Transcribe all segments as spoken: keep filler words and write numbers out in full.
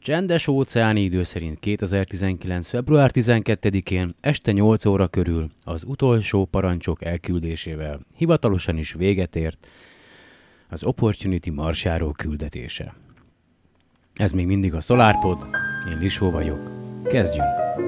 Csendes óceáni idő szerint kétezer-tizenkilenc. február tizenkettedikén este nyolc óra körül az utolsó parancsok elküldésével hivatalosan is véget ért az Opportunity marsjáró küldetése. Ez még mindig a SolarPod, én Lisó vagyok. Kezdjünk!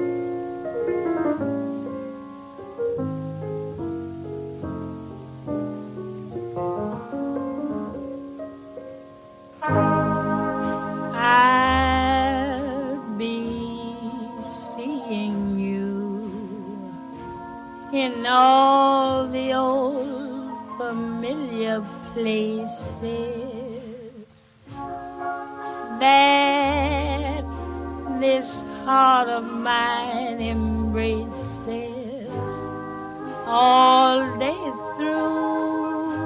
In all the old familiar places that this heart of mine embraces all day through.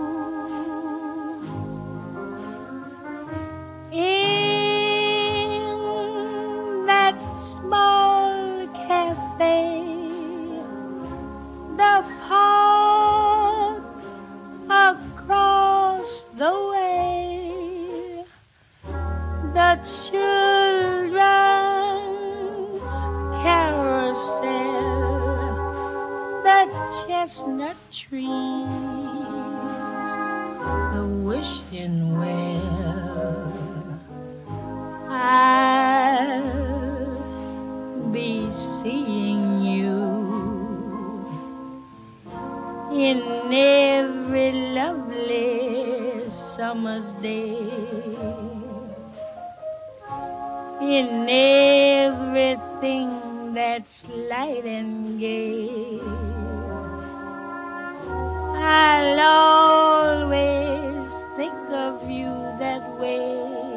In that small cafe, the park across the way, the children's carousel, the chestnut trees, the wishing well. I'll be seeing you in every lovely summer's day, in everything that's light and gay. I'll always think of you that way.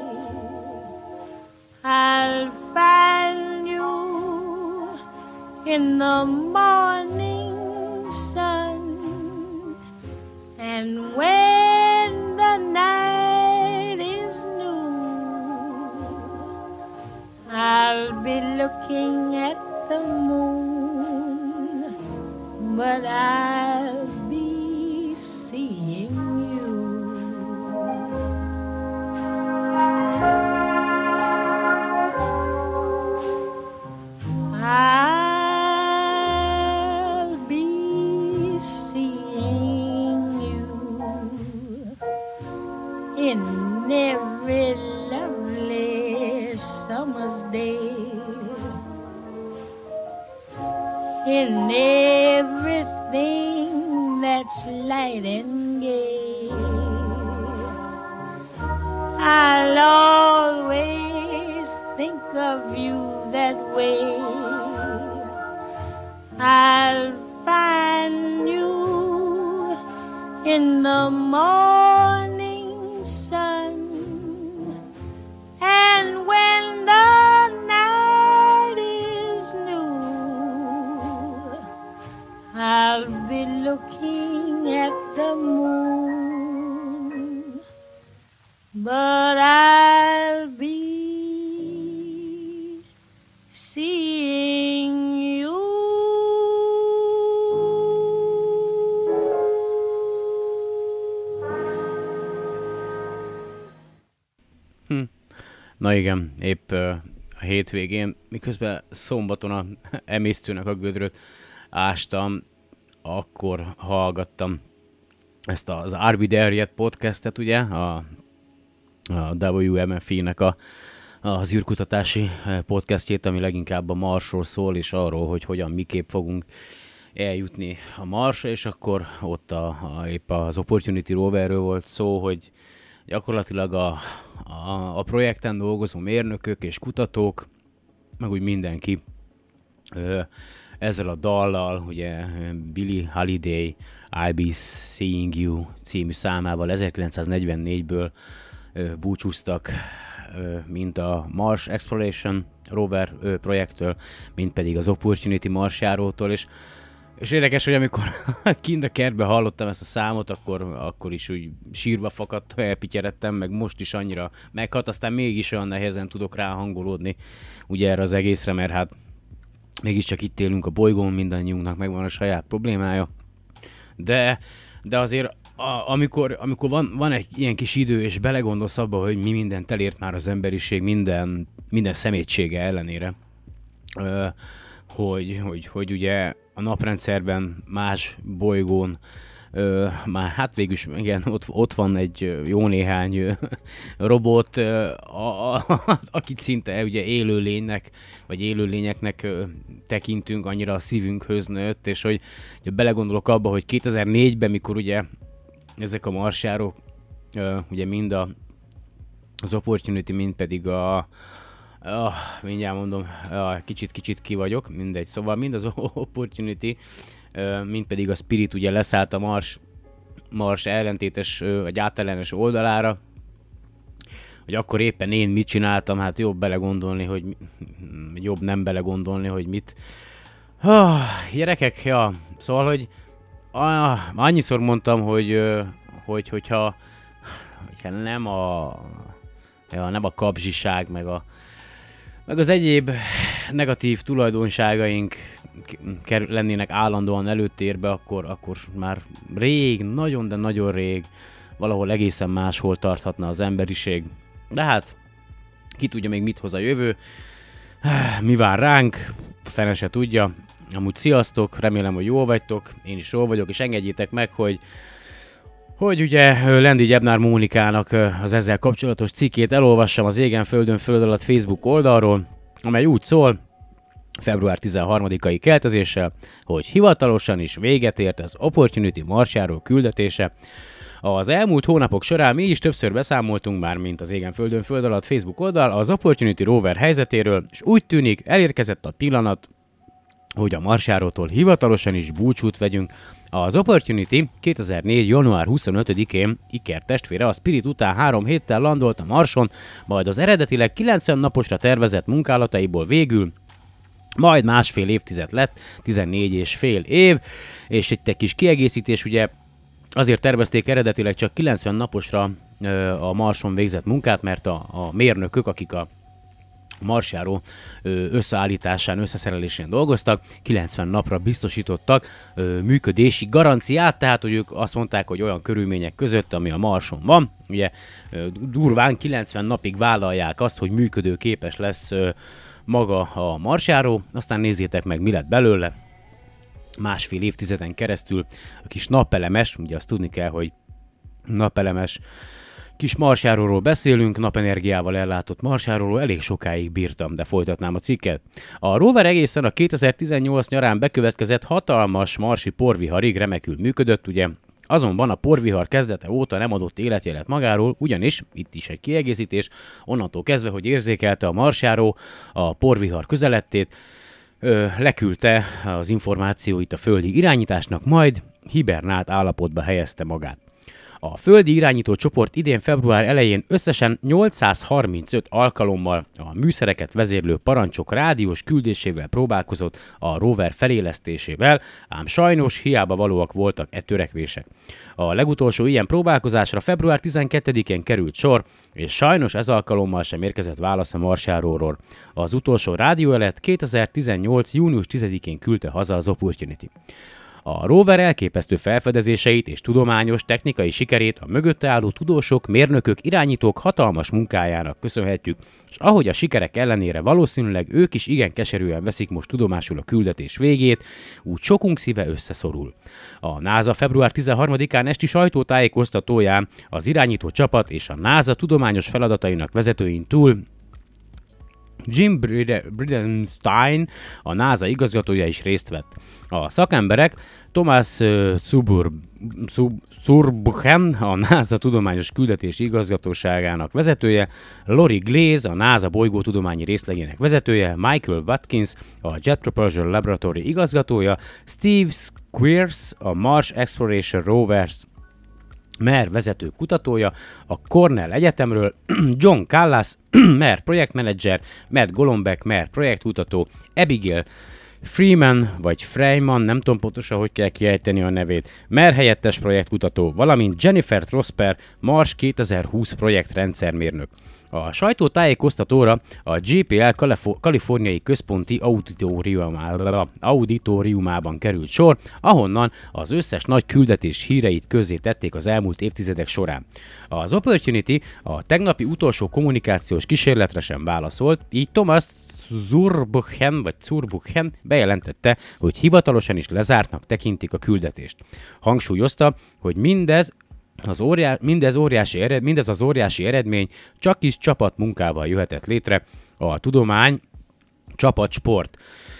I'll find you in the morning sun, and when the night is new, I'll be looking at the moon, but I'll be seeing you. I'll be seeing in every lovely summer's day, in everything that's light and gay. I'll always think of you that way. I'll find you in the morning sun, and when the night is new, I'll be looking at the moon, but I'll be seeing you. Hm. Na igen, épp uh, a hétvégén, miközben szombaton a emésztőnek a gödröt ástam, akkor hallgattam ezt az Are We There Yet podcastet, ugye, a, a dupla vé em ef i-nek a, az űrkutatási podcastjét, ami leginkább a Marsról szól, és arról, hogy hogyan, miképp fogunk eljutni a Marsra, és akkor ott a, a, épp az Opportunity roverről volt szó, hogy gyakorlatilag a, a, a projekten dolgozó mérnökök és kutatók, meg úgy mindenki ö, ezzel a dallal, ugye Billie Holiday I'll Be Seeing You című számával ezerkilencszáznegyvennégyből ö, búcsúztak, ö, mint a Mars Exploration rover ö, projektől, mint pedig az Opportunity marsjárótól, és És érdekes, hogy amikor kint a kertben hallottam ezt a számot, akkor, akkor is úgy sírva fakadt, elpityeredtem, meg most is annyira meghat, aztán mégis olyan nehezen tudok ráhangolódni ugye erre az egészre, mert hát mégiscsak itt élünk a bolygón, mindannyiunknak megvan a saját problémája. De, de azért a, amikor, amikor van, van egy ilyen kis idő, és belegondolsz abba, hogy mi mindent elért már az emberiség, minden minden szemétsége ellenére, ö, hogy, hogy, hogy ugye a naprendszerben más bolygón Ö, már hát végül is, igen, ott, ott van egy jó néhány ö, robot, ö, a, a, akit szinte ugye élőlénynek, vagy élőlényeknek ö, tekintünk, annyira a szívünkhöz nőtt, és hogy ugye belegondolok abba, hogy kétezer-négyben, mikor ugye ezek a marsjárok, ö, ugye mind a, az Opportunity, mind pedig a Oh, mindjárt mondom, oh, kicsit-kicsit ki vagyok, mindegy. Szóval mind az Opportunity, uh, mind pedig a Spirit ugye leszállt a Mars, Mars ellentétes, uh, vagy átellenes oldalára, hogy akkor éppen én mit csináltam, hát jobb belegondolni, hogy jobb nem belegondolni, hogy mit. Oh, gyerekek, ja, szóval, hogy ah, annyiszor mondtam, hogy, uh, hogy hogyha, hogyha nem a, ja, nem a kapzsiság, meg a meg az egyéb negatív tulajdonságaink lennének állandóan előtérbe, akkor, akkor már rég, nagyon, de nagyon rég valahol egészen máshol tarthatna az emberiség. De hát, ki tudja még mit hoz a jövő, mi vár ránk, fene se tudja. Amúgy sziasztok, remélem, hogy jól vagytok, én is jól vagyok, és engedjétek meg, hogy hogy ugye Lendi Gyebnár Mónikának az ezzel kapcsolatos cikkét elolvassam az Égen Földön Föld alatt Facebook oldalról, amely úgy szól, február tizenharmadikai keltezéssel, hogy hivatalosan is véget ért az Opportunity marsjáró küldetése. Az elmúlt hónapok során mi is többször beszámoltunk már, mint az Égen Földön Föld alatt Facebook oldal, az Opportunity rover helyzetéről, és úgy tűnik, elérkezett a pillanat, hogy a marsjárótól hivatalosan is búcsút vegyünk. Az Opportunity kétezer-négy. január huszonötödikén Iker testvére a Spirit után három héttel landolt a Marson, majd az eredetileg kilencven naposra tervezett munkálataiból végül majd másfél évtized lett, tizennégy és fél év, és itt egy kis kiegészítés, ugye azért tervezték eredetileg csak kilencven naposra ö, a Marson végzett munkát, mert a, a mérnökök, akik a marsjáró összeállításán, összeszerelésén dolgoztak, kilencven napra biztosítottak ö, működési garanciát, tehát hogy ők azt mondták, hogy olyan körülmények között, ami a Marson van, ugye ö, durván kilencven napig vállalják azt, hogy működőképes lesz ö, maga a marsjáró, aztán nézzétek meg, mi lett belőle. Másfél évtizeden keresztül a kis napelemes, ugye azt tudni kell, hogy napelemes kis marsjáróról beszélünk, napenergiával ellátott marsjáróról, elég sokáig bírtam, de folytatnám a cikket. A rover egészen a kétezer-tizennyolc nyarán bekövetkezett hatalmas marsi porviharig remekül működött, ugye, azonban a porvihar kezdete óta nem adott életjelet magáról, ugyanis, itt is egy kiegészítés, onnantól kezdve, hogy érzékelte a marsjáró a porvihar közelettét, ö, leküldte az információit a földi irányításnak, majd hibernált állapotba helyezte magát. A földi irányító csoport idén február elején összesen nyolcszázharmincöt alkalommal a műszereket vezérlő parancsok rádiós küldésével próbálkozott a rover felélesztésével, ám sajnos hiába valóak voltak e törekvések. A legutolsó ilyen próbálkozásra február tizenkettedikén került sor, és sajnos ez alkalommal sem érkezett válasz a marsjáróról. Az utolsó rádiójelet kétezer-tizennyolc. június tizedikén küldte haza az Opportunity. A rover elképesztő felfedezéseit és tudományos, technikai sikerét a mögötte álló tudósok, mérnökök, irányítók hatalmas munkájának köszönhetjük, és ahogy a sikerek ellenére valószínűleg ők is igen keserűen veszik most tudomásul a küldetés végét, úgy sokunk szíve összeszorul. A NASA február tizenharmadikán esti sajtótájékoztatóján az irányító csapat és a NASA tudományos feladatainak vezetőin túl Jim Bridenstine, a NASA igazgatója is részt vett. A szakemberek Thomas uh, Zurbuchen, a NASA tudományos küldetési igazgatóságának vezetője, Lori Glaze, a NASA bolygótudományi részlegének vezetője, Michael Watkins, a Jet Propulsion Laboratory igazgatója, Steve Squires, a Mars Exploration Rovers mer vezető kutatója, a Cornell Egyetemről, John Callas, mer projektmenedzser, Matt Golombek, mer projektkutató, Abigail Freeman, vagy Freeman, nem tudom pontosan, hogy kell kiejteni a nevét, mer helyettes projektkutató, valamint Jennifer Trosper, Mars kétezer-húsz projektrendszermérnök. A sajtótájékoztatóra a gé pé el kaliforniai központi auditoriumában, auditoriumában került sor, ahonnan az összes nagy küldetés híreit közzé tették az elmúlt évtizedek során. Az Opportunity a tegnapi utolsó kommunikációs kísérletre sem válaszolt, így Thomas Zurbuchen vagy Zurbuchen bejelentette, hogy hivatalosan is lezártnak tekintik a küldetést. Hangsúlyozta, hogy mindez Az óriá, mindez, óriási ered, mindez az óriási eredmény csak is csapatmunkával jöhetett létre, a tudomány csapatsport.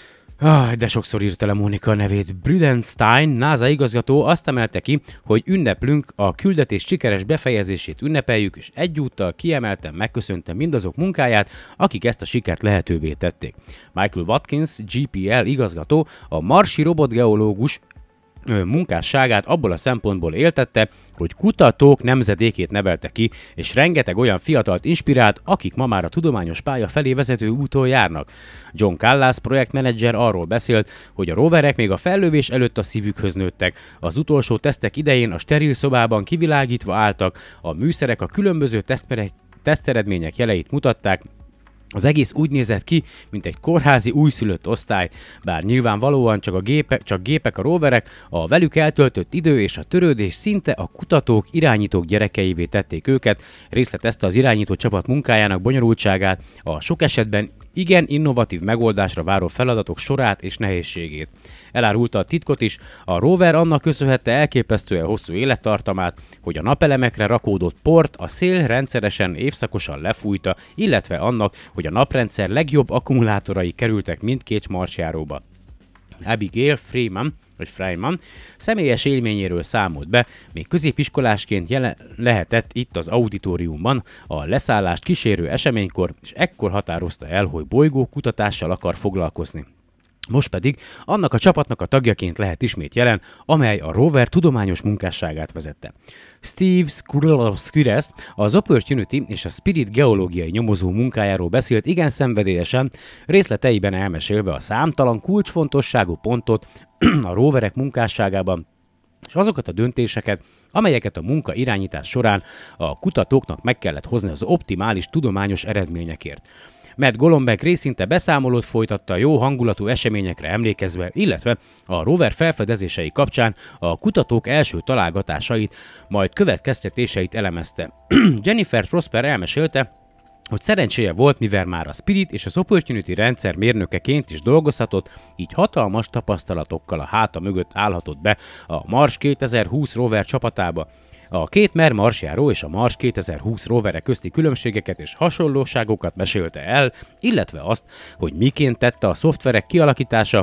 Ah, de sokszor írta le Mónika a nevét. Bridenstine, NASA igazgató azt emelte ki, hogy ünneplünk, a küldetés sikeres befejezését ünnepeljük, és egyúttal kiemelten megköszöntem mindazok munkáját, akik ezt a sikert lehetővé tették. Michael Watkins, gé pé el igazgató, a marsi robotgeológus munkásságát abból a szempontból éltette, hogy kutatók nemzedékét nevelte ki, és rengeteg olyan fiatalt inspirált, akik ma már a tudományos pálya felé vezető úton járnak. John Callas projektmenedzser arról beszélt, hogy a roverek még a fellövés előtt a szívükhöz nőttek, az utolsó tesztek idején a steril szobában kivilágítva álltak, a műszerek a különböző teszteredmények jeleit mutatták. Az egész úgy nézett ki, mint egy kórházi újszülött osztály, bár nyilvánvalóan csak a gépek, csak gépek a roverek, a velük eltöltött idő és a törődés szinte a kutatók, irányítók gyerekeivé tették őket, részletezte az irányító csapat munkájának bonyolultságát, a sok esetben igen innovatív megoldásra váró feladatok sorát és nehézségét. Elárulta a titkot is, a rover annak köszönhette elképesztően hosszú élettartamát, hogy a napelemekre rakódott port a szél rendszeresen évszakosan lefújta, illetve annak, hogy a naprendszer legjobb akkumulátorai kerültek mindkét marsjáróba. Abigail Freeman, vagy Freeman személyes élményéről számolt be, még középiskolásként jelen lehetett itt az auditoriumban a leszállást kísérő eseménykor, és ekkor határozta el, hogy bolygókutatással akar foglalkozni. Most pedig annak a csapatnak a tagjaként lehet ismét jelen, amely a rover tudományos munkásságát vezette. Steve Squires az Opportunity és a Spirit geológiai nyomozó munkájáról beszélt igen szenvedélyesen, részleteiben elmesélve a számtalan kulcsfontosságú pontot a roverek munkásságában, és azokat a döntéseket, amelyeket a munka irányítás során a kutatóknak meg kellett hozni az optimális tudományos eredményekért. Matt Golombek részinte beszámolót folytatta a jó hangulatú eseményekre emlékezve, illetve a rover felfedezései kapcsán a kutatók első találgatásait, majd következtetéseit elemezte. Jennifer Prosper elmesélte, hogy szerencséje volt, mivel már a Spirit és az Opportunity rendszer mérnökeként is dolgozhatott, így hatalmas tapasztalatokkal a háta mögött állhatott be a Mars kétezer-húsz rover csapatába. A két mer marsjáró és a Mars kétezer-húsz rovere közti különbségeket és hasonlóságokat mesélte el, illetve azt, hogy miként tette a szoftverek kialakítása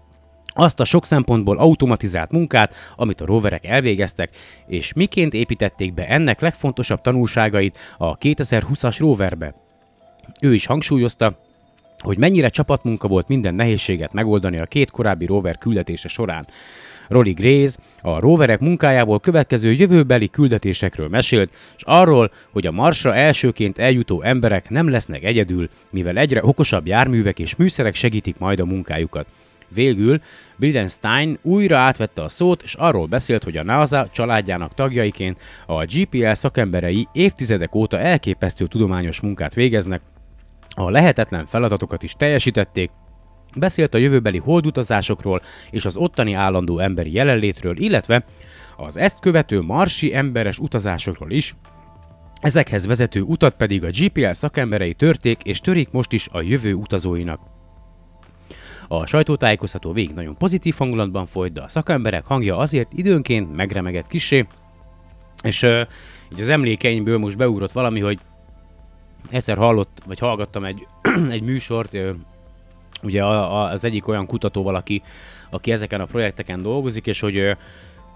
azt a sok szempontból automatizált munkát, amit a roverek elvégeztek, és miként építették be ennek legfontosabb tanulságait a kétezer-húszas roverbe. Ő is hangsúlyozta, hogy mennyire csapatmunka volt minden nehézséget megoldani a két korábbi rover küldetése során. Rolly Grace a roverek munkájából következő jövőbeli küldetésekről mesélt, és arról, hogy a Marsra elsőként eljutó emberek nem lesznek egyedül, mivel egyre okosabb járművek és műszerek segítik majd a munkájukat. Végül Bridenstine újra átvette a szót, és arról beszélt, hogy a NASA családjának tagjaiként a gé pé el szakemberei évtizedek óta elképesztő tudományos munkát végeznek, a lehetetlen feladatokat is teljesítették, beszélt a jövőbeli holdutazásokról és az ottani állandó emberi jelenlétről, illetve az ezt követő marsi emberes utazásokról is. Ezekhez vezető utat pedig a gé pé el szakemberei törték és törik most is a jövő utazóinak. A sajtótájékoztató végig nagyon pozitív hangulatban folyt, de a szakemberek hangja azért időnként megremegett kissé, és uh, így az emlékeimből most beugrott valami, hogy egyszer hallott, vagy hallgattam egy, egy műsort, uh, ugye az egyik olyan kutatóval, aki, aki ezeken a projekteken dolgozik, és hogy, uh,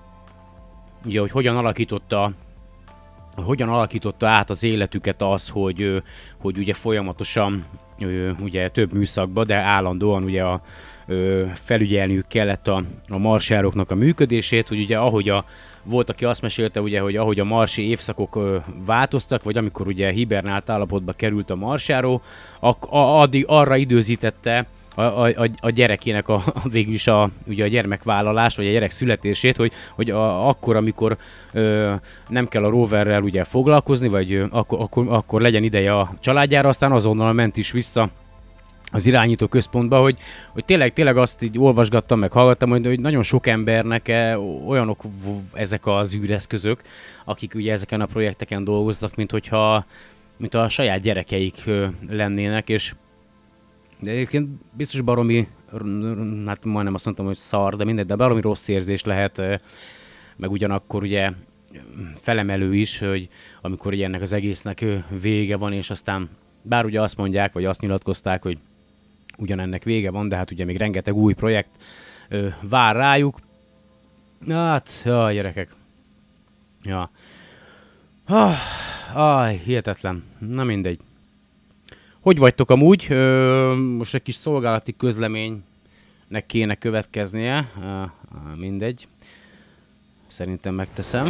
ugye, hogy hogyan alakította hogyan alakította át az életüket az, hogy, hogy ugye folyamatosan ugye több műszakba, de állandóan ugye a, felügyelniük kellett a, a marsjároknak a működését, hogy ugye ahogy a, volt, aki azt mesélte, ugye, hogy ahogy a marsi évszakok változtak, vagy amikor ugye hibernált állapotba került a marsjáró, ak- addig arra időzítette a, a, a gyerekének a, a végülis a, ugye a gyermekvállalás, vagy a gyerek születését, hogy, hogy a, akkor, amikor ö, nem kell a roverrel ugye foglalkozni, vagy ö, akkor, akkor, akkor legyen ideje a családjára, aztán azonnal ment is vissza az irányító központba, hogy, hogy tényleg, tényleg azt így olvasgattam, meg hallgattam, hogy, hogy nagyon sok embernek e, olyanok ezek az űreszközök, akik ugye ezeken a projekteken dolgoznak, mint hogyha mint a saját gyerekeik ö, lennének, és de egyébként biztos baromi, hát majdnem azt mondtam, hogy szar, de mindegy, de baromi rossz érzés lehet, ö, meg ugyanakkor ugye felemelő is, hogy amikor ugye ennek az egésznek ö, vége van, és aztán bár ugye azt mondják, vagy azt nyilatkozták, hogy ugyanennek vége van, de hát ugye még rengeteg új projekt ö, vár rájuk. Hát, jaj, gyerekek. Ja. Ah, aj, hihetetlen. Na mindegy. Hogy vagytok amúgy? Ö, most egy kis szolgálati közleménynek kéne következnie. Ö, mindegy. Szerintem megteszem.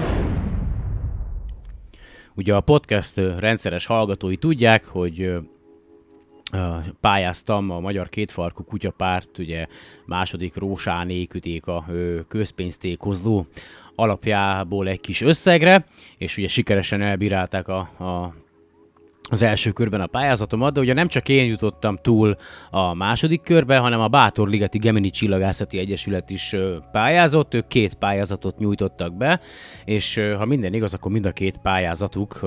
Ugye a podcast rendszeres hallgatói tudják, hogy pályáztam a Magyar Kétfarkú Kutyapárt, ugye második Rósánéküték a közpénztékozló alapjából egy kis összegre, és ugye sikeresen elbírálták a, a, az első körben a pályázatomat, de ugye nem csak én jutottam túl a második körbe, hanem a Bátorligeti Gemini Csillagászati Egyesület is pályázott, ők két pályázatot nyújtottak be, és ha minden igaz, akkor mind a két pályázatuk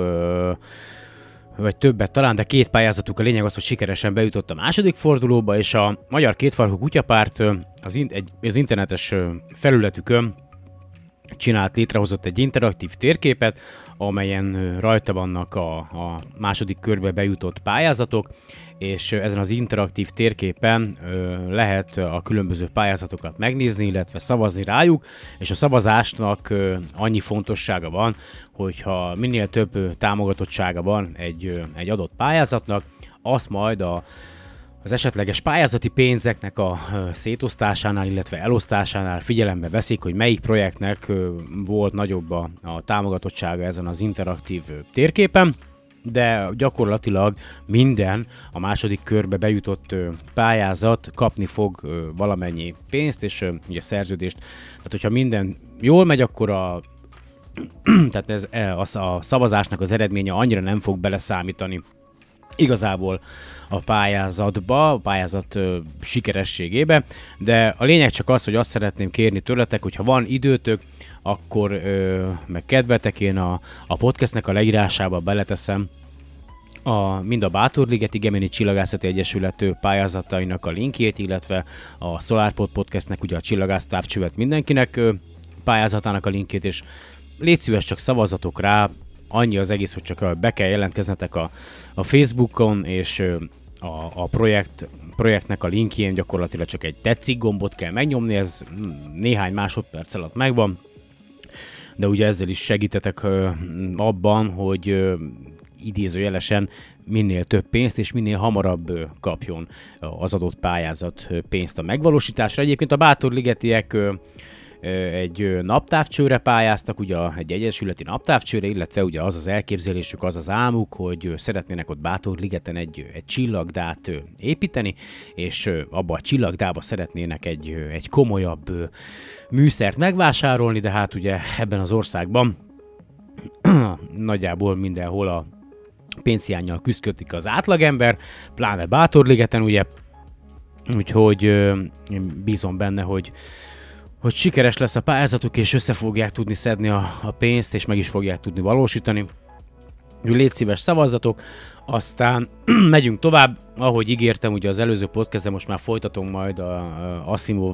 vagy többet talán, de két pályázatuk, a lényeg az, hogy sikeresen bejutott a második fordulóba, és a Magyar Kétfarkú Kutyapárt az, in- egy, az internetes felületükön csinált, létrehozott egy interaktív térképet, amelyen rajta vannak a, a második körbe bejutott pályázatok, és ezen az interaktív térképen ö, lehet a különböző pályázatokat megnézni, illetve szavazni rájuk, és a szavazásnak ö, annyi fontossága van, hogyha minél több ö, támogatottsága van egy, ö, egy adott pályázatnak, azt majd a az esetleges pályázati pénzeknek a szétosztásánál, illetve elosztásánál figyelembe veszik, hogy melyik projektnek volt nagyobb a, a támogatottsága ezen az interaktív térképen, de gyakorlatilag minden a második körbe bejutott pályázat kapni fog valamennyi pénzt és ugye szerződést. Tehát, hogyha minden jól megy, akkor a tehát ez, a szavazásnak az eredménye annyira nem fog beleszámítani igazából a pályázatba, a pályázat ö, sikerességébe, de a lényeg csak az, hogy azt szeretném kérni tőletek, hogy ha van időtök, akkor ö, meg kedvetek, én a, a podcastnek a leírásába beleteszem a, mind a Bátorligeti Gemini Csillagászati Egyesület pályázatainak a linkjét, illetve a SolarPod podcastnek ugye a Csillagász távcsövet mindenkinek ö, pályázatának a linkjét, és légy szíves, csak szavazatok rá, annyi az egész, hogy csak be kell jelentkeznetek a, a Facebookon, és a, a projekt, projektnek a linkjén gyakorlatilag csak egy tetszik gombot kell megnyomni, ez néhány másodperc alatt megvan, de ugye ezzel is segítetek abban, hogy idézőjelesen minél több pénzt és minél hamarabb kapjon az adott pályázat pénzt a megvalósításra. Egyébként a Bátorligetiek egy naptávcsőre pályáztak, ugye egy egyesületi naptávcsőre, illetve ugye az az elképzelésük, az az álmuk, hogy szeretnének ott Bátorligeten egy, egy csillagdát építeni, és abba a csillagdába szeretnének egy, egy komolyabb műszert megvásárolni, de hát ugye ebben az országban nagyjából mindenhol a pénzhiánnyal küzdködik az átlagember, pláne Bátorligeten, ugye, úgyhogy én bízom benne, hogy hogy sikeres lesz a pályázatuk, és össze fogják tudni szedni a, a pénzt, és meg is fogják tudni valósítani. Légy szíves, szavazzatok, aztán megyünk tovább, ahogy ígértem, ugye az előző podcastben most már folytatom majd a, a Asimov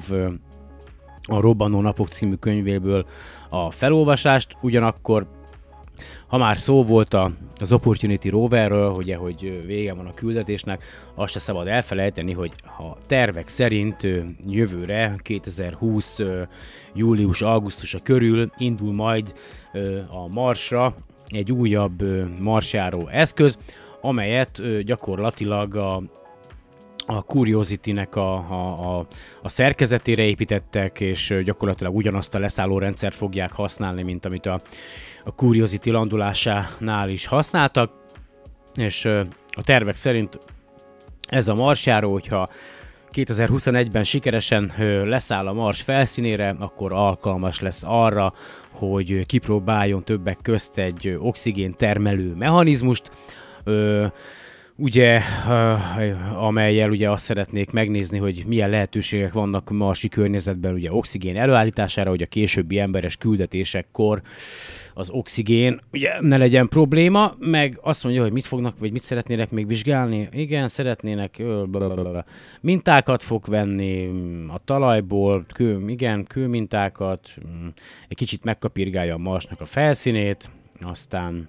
a Robbanó Napok című könyvéből a felolvasást, ugyanakkor ha már szó volt a, az Opportunity roverről, ugye, hogy vége van a küldetésnek, azt se szabad elfelejteni, hogy ha tervek szerint jövőre, kétezer-húsz július-augusztusa körül indul majd a Marsra egy újabb marsjáró eszköz, amelyet gyakorlatilag a a Curiosity-nek a, a, a, a szerkezetére építettek, és gyakorlatilag ugyanazt a leszálló rendszert fogják használni, mint amit a, a Curiosity landolásánál is használtak, és a tervek szerint ez a marsjáró, hogyha kétezer-huszonegyben sikeresen leszáll a Mars felszínére, akkor alkalmas lesz arra, hogy kipróbáljon többek közt egy oxigén termelő mechanizmust, ugye, amellyel ugye azt szeretnék megnézni, hogy milyen lehetőségek vannak marsi környezetben ugye oxigén előállítására, hogy a későbbi emberes küldetésekkor az oxigén ugye ne legyen probléma, meg azt mondja, hogy mit fognak, vagy mit szeretnének még vizsgálni. Igen, szeretnének blablabla. Mintákat fog venni a talajból, kő, igen, kőmintákat, egy kicsit megkapirgálja a Marsnak a felszínét, aztán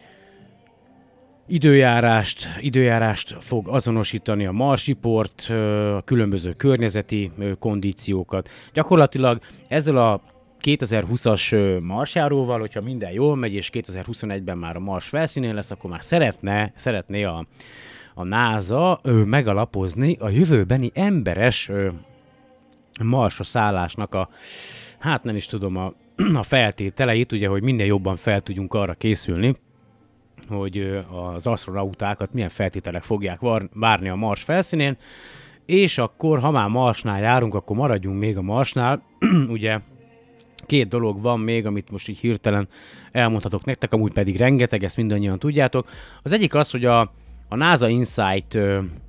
Időjárást, időjárást fog azonosítani a marsiport, a különböző környezeti kondíciókat. Gyakorlatilag ezzel a kétezer-húszas marsjáróval, hogyha minden jól megy, és kétezer-huszonegyben már a Mars felszínén lesz, akkor már szeretne, szeretné a, a NASA ö, megalapozni a jövőbeni emberes ö, Marsra szállásnak a, hát nem is tudom, a, a feltételeit, ugye, hogy minél jobban fel tudjunk arra készülni, hogy az asztronautákat milyen feltételek fogják várni a Mars felszínén, és akkor, ha már Marsnál járunk, akkor maradjunk még a Marsnál. Ugye két dolog van még, amit most így hirtelen elmondhatok nektek, amúgy pedig rengeteg, ezt mindannyian tudjátok. Az egyik az, hogy a, a NASA Insight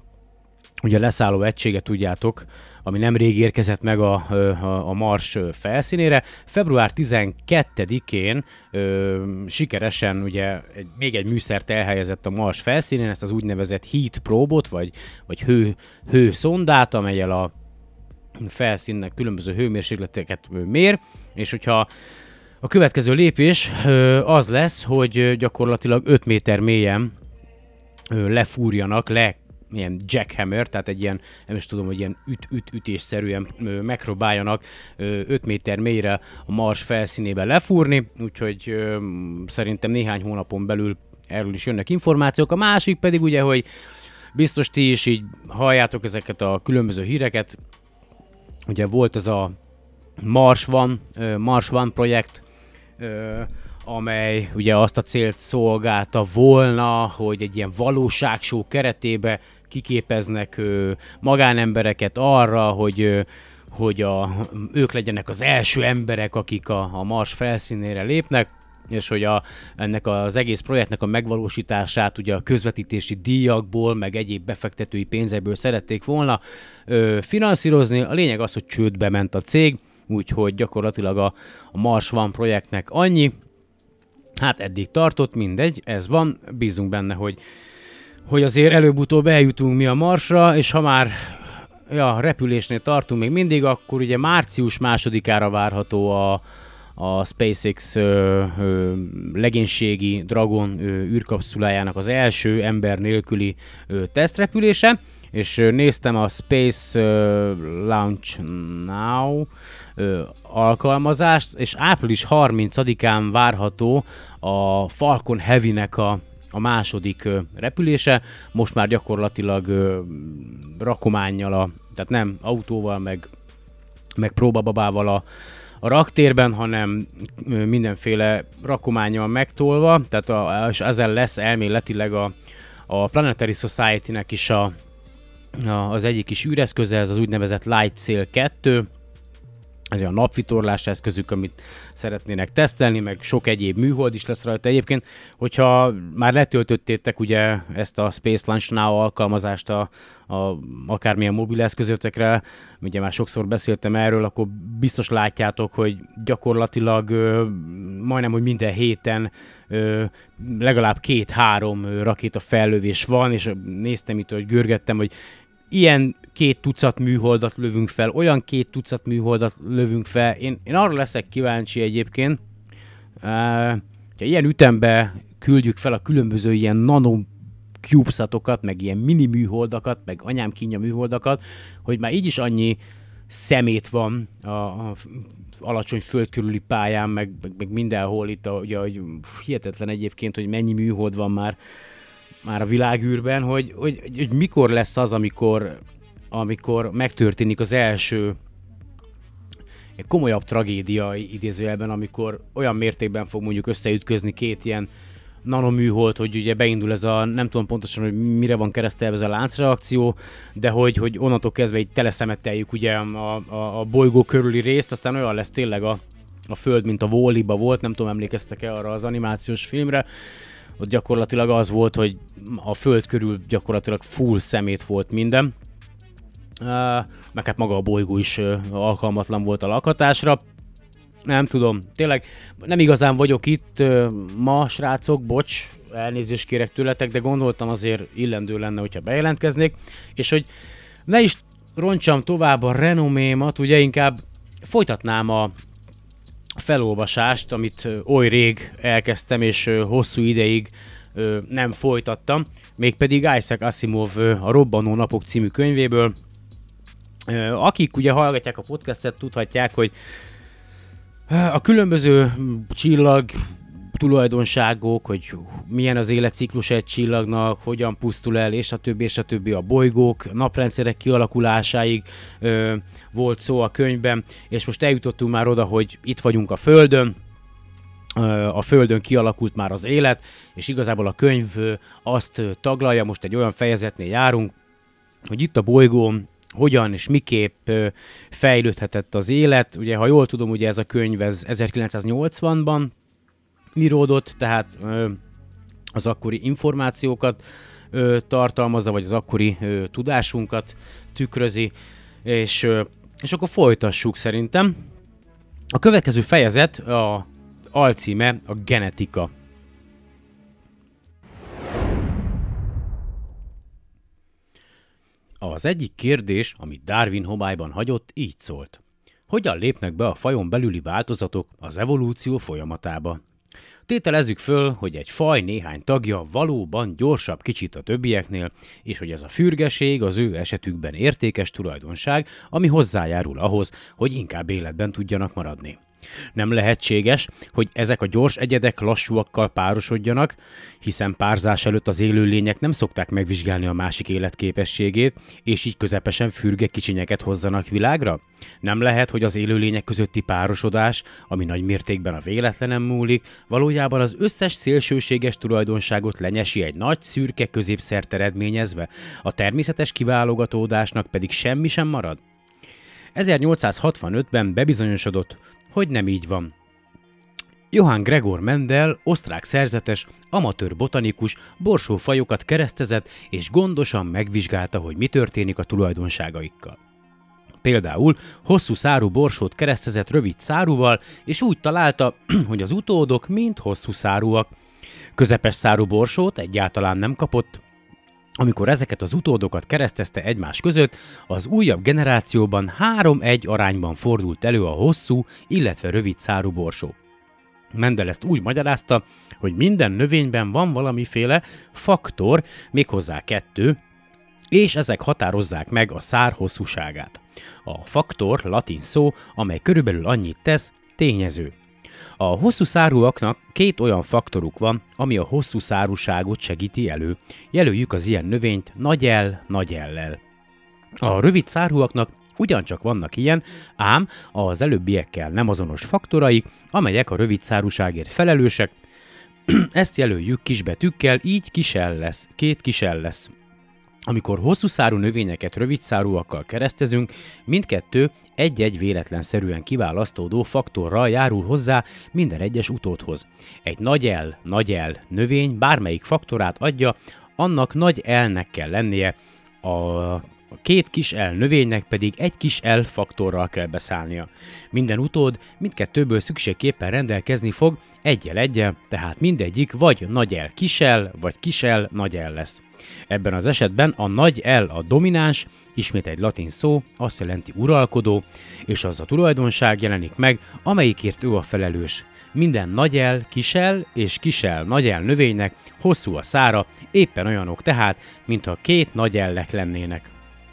ugye leszálló egysége, tudjátok, ami nemrég érkezett meg a, a, a Mars felszínére. február tizenkettedikén ö, sikeresen ugye egy, még egy műszert elhelyezett a Mars felszínén, ezt az úgynevezett heat probot, vagy, vagy hő, hőszondát, amellyel a felszínnek különböző hőmérsékleteket mér, és hogyha a következő lépés ö, az lesz, hogy gyakorlatilag öt méter mélyen ö, lefúrjanak, le ilyen jackhammer, tehát egy ilyen, nem is tudom, hogy ilyen üt-üt-ütésszerűen megpróbáljanak öt méter mélyre a Mars felszínébe lefúrni, úgyhogy ö, szerintem néhány hónapon belül erről is jönnek információk. A másik pedig ugye, hogy biztos ti is így halljátok ezeket a különböző híreket, ugye volt ez a Mars One, Mars One projekt, ö, amely ugye azt a célt szolgálta volna, hogy egy ilyen valóságshow keretébe kiképeznek ö, magánembereket arra, hogy, ö, hogy a, ők legyenek az első emberek, akik a, a Mars felszínére lépnek, és hogy a, ennek az egész projektnek a megvalósítását ugye a közvetítési díjakból, meg egyéb befektetői pénzekből szerették volna ö, finanszírozni. A lényeg az, hogy csődbe ment a cég, úgyhogy gyakorlatilag a, a Mars One projektnek annyi. Hát eddig tartott, mindegy, ez van, bízunk benne, hogy, hogy azért előbb-utóbb eljutunk mi a Marsra, és ha már ja, repülésnél tartunk még mindig, akkor ugye március másodikára várható a, a SpaceX ö, ö, legénységi Dragon ö, űrkapszulájának az első ember nélküli ö, tesztrepülése, és ö, néztem a Space ö, Launch Now ö, alkalmazást, és április harmincadikán várható a Falcon Heavy-nek a, a második ö, repülése, most már gyakorlatilag ö, rakománnyal, a, tehát nem autóval, meg, meg próbababával a, a raktérben, hanem ö, mindenféle rakománnyal megtolva, tehát a, és ezzel lesz elméletileg a, a Planetary Society-nek is a, a, az egyik is űreszköze, ez az úgynevezett Light Sail kettő, ez a napvitorlás eszközük, amit szeretnének tesztelni, meg sok egyéb műhold is lesz rajta. Egyébként, hogyha már letöltöttétek ugye ezt a Space Launch Now alkalmazást a, a akármilyen mobileszközötekre, ugye már sokszor beszéltem erről, akkor biztos látjátok, hogy gyakorlatilag ö, majdnem, hogy minden héten ö, legalább két-három rakéta fellövés van, és néztem itt, hogy görgettem, hogy ilyen két tucat műholdat lövünk fel, olyan két tucat műholdat lövünk fel. Én, én arra leszek kíváncsi egyébként, uh, hogy ilyen ütembe küldjük fel a különböző ilyen nano CubeSatokat, meg ilyen mini műholdakat, meg anyám kínja műholdakat, hogy már így is annyi szemét van a, a alacsony föld körüli pályán, meg, meg, meg mindenhol itt, a, ugye, hogy hihetetlen egyébként, hogy mennyi műhold van már már a világűrben, hogy, hogy, hogy mikor lesz az, amikor, amikor megtörténik az első egy komolyabb tragédia idézőjelben, amikor olyan mértékben fog mondjuk összeütközni két ilyen nanoműhold, hogy ugye beindul ez a, nem tudom pontosan, hogy mire van keresztelve ez a láncreakció, de hogy, hogy onnantól kezdve így teleszemeteljük ugye a, a, a bolygó körüli részt, aztán olyan lesz tényleg a, a Föld, mint a Wall-E-ba volt, nem tudom, emlékeztek-e arra az animációs filmre, ott gyakorlatilag az volt, hogy a Föld körül gyakorlatilag full szemét volt minden, uh, meg hát maga a bolygó is uh, alkalmatlan volt a lakhatásra. Nem tudom, tényleg nem igazán vagyok itt uh, ma, srácok, bocs, elnézést kérek tőletek, de gondoltam azért illendő lenne, hogyha bejelentkeznék, és hogy ne is roncsam tovább a renomémat, ugye inkább folytatnám a felolvasást, amit uh, oly rég elkezdtem, és uh, hosszú ideig uh, nem folytattam, mégpedig Isaac Asimov uh, a Robbanó napok című könyvéből. Uh, akik ugye hallgatják a podcastet, tudhatják, hogy a különböző csillag tulajdonságok, hogy milyen az életciklus egy csillagnak, hogyan pusztul el, és a többi, és a többi a bolygók, naprendszerek kialakulásáig ö, volt szó a könyvben, és most eljutottunk már oda, hogy itt vagyunk a Földön, ö, a Földön kialakult már az élet, és igazából a könyv ö, azt ö, taglalja, most egy olyan fejezetnél járunk, hogy itt a bolygón hogyan és miképp ö, fejlődhetett az élet. Ugye, ha jól tudom, ugye ez a könyv ez ezerkilencszáznyolcvanban íródott, tehát ö, az akkori információkat ö, tartalmazza, vagy az akkori ö, tudásunkat tükrözi, és, ö, és akkor folytassuk szerintem. A következő fejezet, a alcíme a genetika. Az egyik kérdés, amit Darwin homályban hagyott, így szólt. Hogyan lépnek be a fajon belüli változatok az evolúció folyamatába? Tételezzük föl, hogy egy faj néhány tagja valóban gyorsabb kicsit a többieknél, és hogy ez a fürgeség az ő esetükben értékes tulajdonság, ami hozzájárul ahhoz, hogy inkább életben tudjanak maradni. Nem lehetséges, hogy ezek a gyors egyedek lassúakkal párosodjanak, hiszen párzás előtt az élőlények nem szokták megvizsgálni a másik életképességét, és így közepesen fürge kicsinyeket hozzanak világra? Nem lehet, hogy az élőlények közötti párosodás, ami nagy mértékben a véletlenen múlik, valójában az összes szélsőséges tulajdonságot lenyesi egy nagy szürke középszert eredményezve, a természetes kiválogatódásnak pedig semmi sem marad? ezernyolcszázhatvanötben bebizonyosodott, hogy nem így van. Johann Gregor Mendel, osztrák szerzetes, amatőr botanikus, borsófajokat keresztezett és gondosan megvizsgálta, hogy mi történik a tulajdonságaikkal. Például hosszú szárú borsót keresztezett rövid szárúval, és úgy találta, hogy az utódok mind hosszú szárúak. Közepes szárú borsót egyáltalán nem kapott. Amikor ezeket az utódokat keresztezte egymás között, az újabb generációban három egy arányban fordult elő a hosszú, illetve rövid szárú borsó. Mendel ezt úgy magyarázta, hogy minden növényben van valamiféle faktor, méghozzá kettő, és ezek határozzák meg a szár hosszúságát. A faktor latin szó, amely körülbelül annyit tesz, tényező. A hosszú szárúaknak két olyan faktoruk van, ami a hosszú szárúságot segíti elő. Jelöljük az ilyen növényt nagy L, nagy L-lel. A rövid szárúaknak ugyancsak vannak ilyen, ám az előbbiekkel nem azonos faktoraik, amelyek a rövid szárúságért felelősek. Ezt jelöljük kisbetűkkel, így kis L lesz, két kis L lesz. Amikor hosszú szárú növényeket rövid szárúakkal keresztezünk, mindkettő egy-egy véletlenszerűen kiválasztódó faktorral járul hozzá minden egyes utódhoz. Egy nagy L, nagy L növény bármelyik faktorát adja, annak nagy L-nek kell lennie, a két kis L növénynek pedig egy kis L faktorral kell beszállnia. Minden utód mindkettőből szükségképpen rendelkezni fog egyel egyel, tehát mindegyik vagy nagy L kis L, vagy kis L nagy L lesz. Ebben az esetben a nagy L a domináns, ismét egy latin szó, azt jelenti uralkodó, és az a tulajdonság jelenik meg, amelyikért ő a felelős. Minden nagy L, kis L és kis L nagy L növénynek hosszú a szára, éppen olyanok tehát, mintha két nagy L-ek lennének.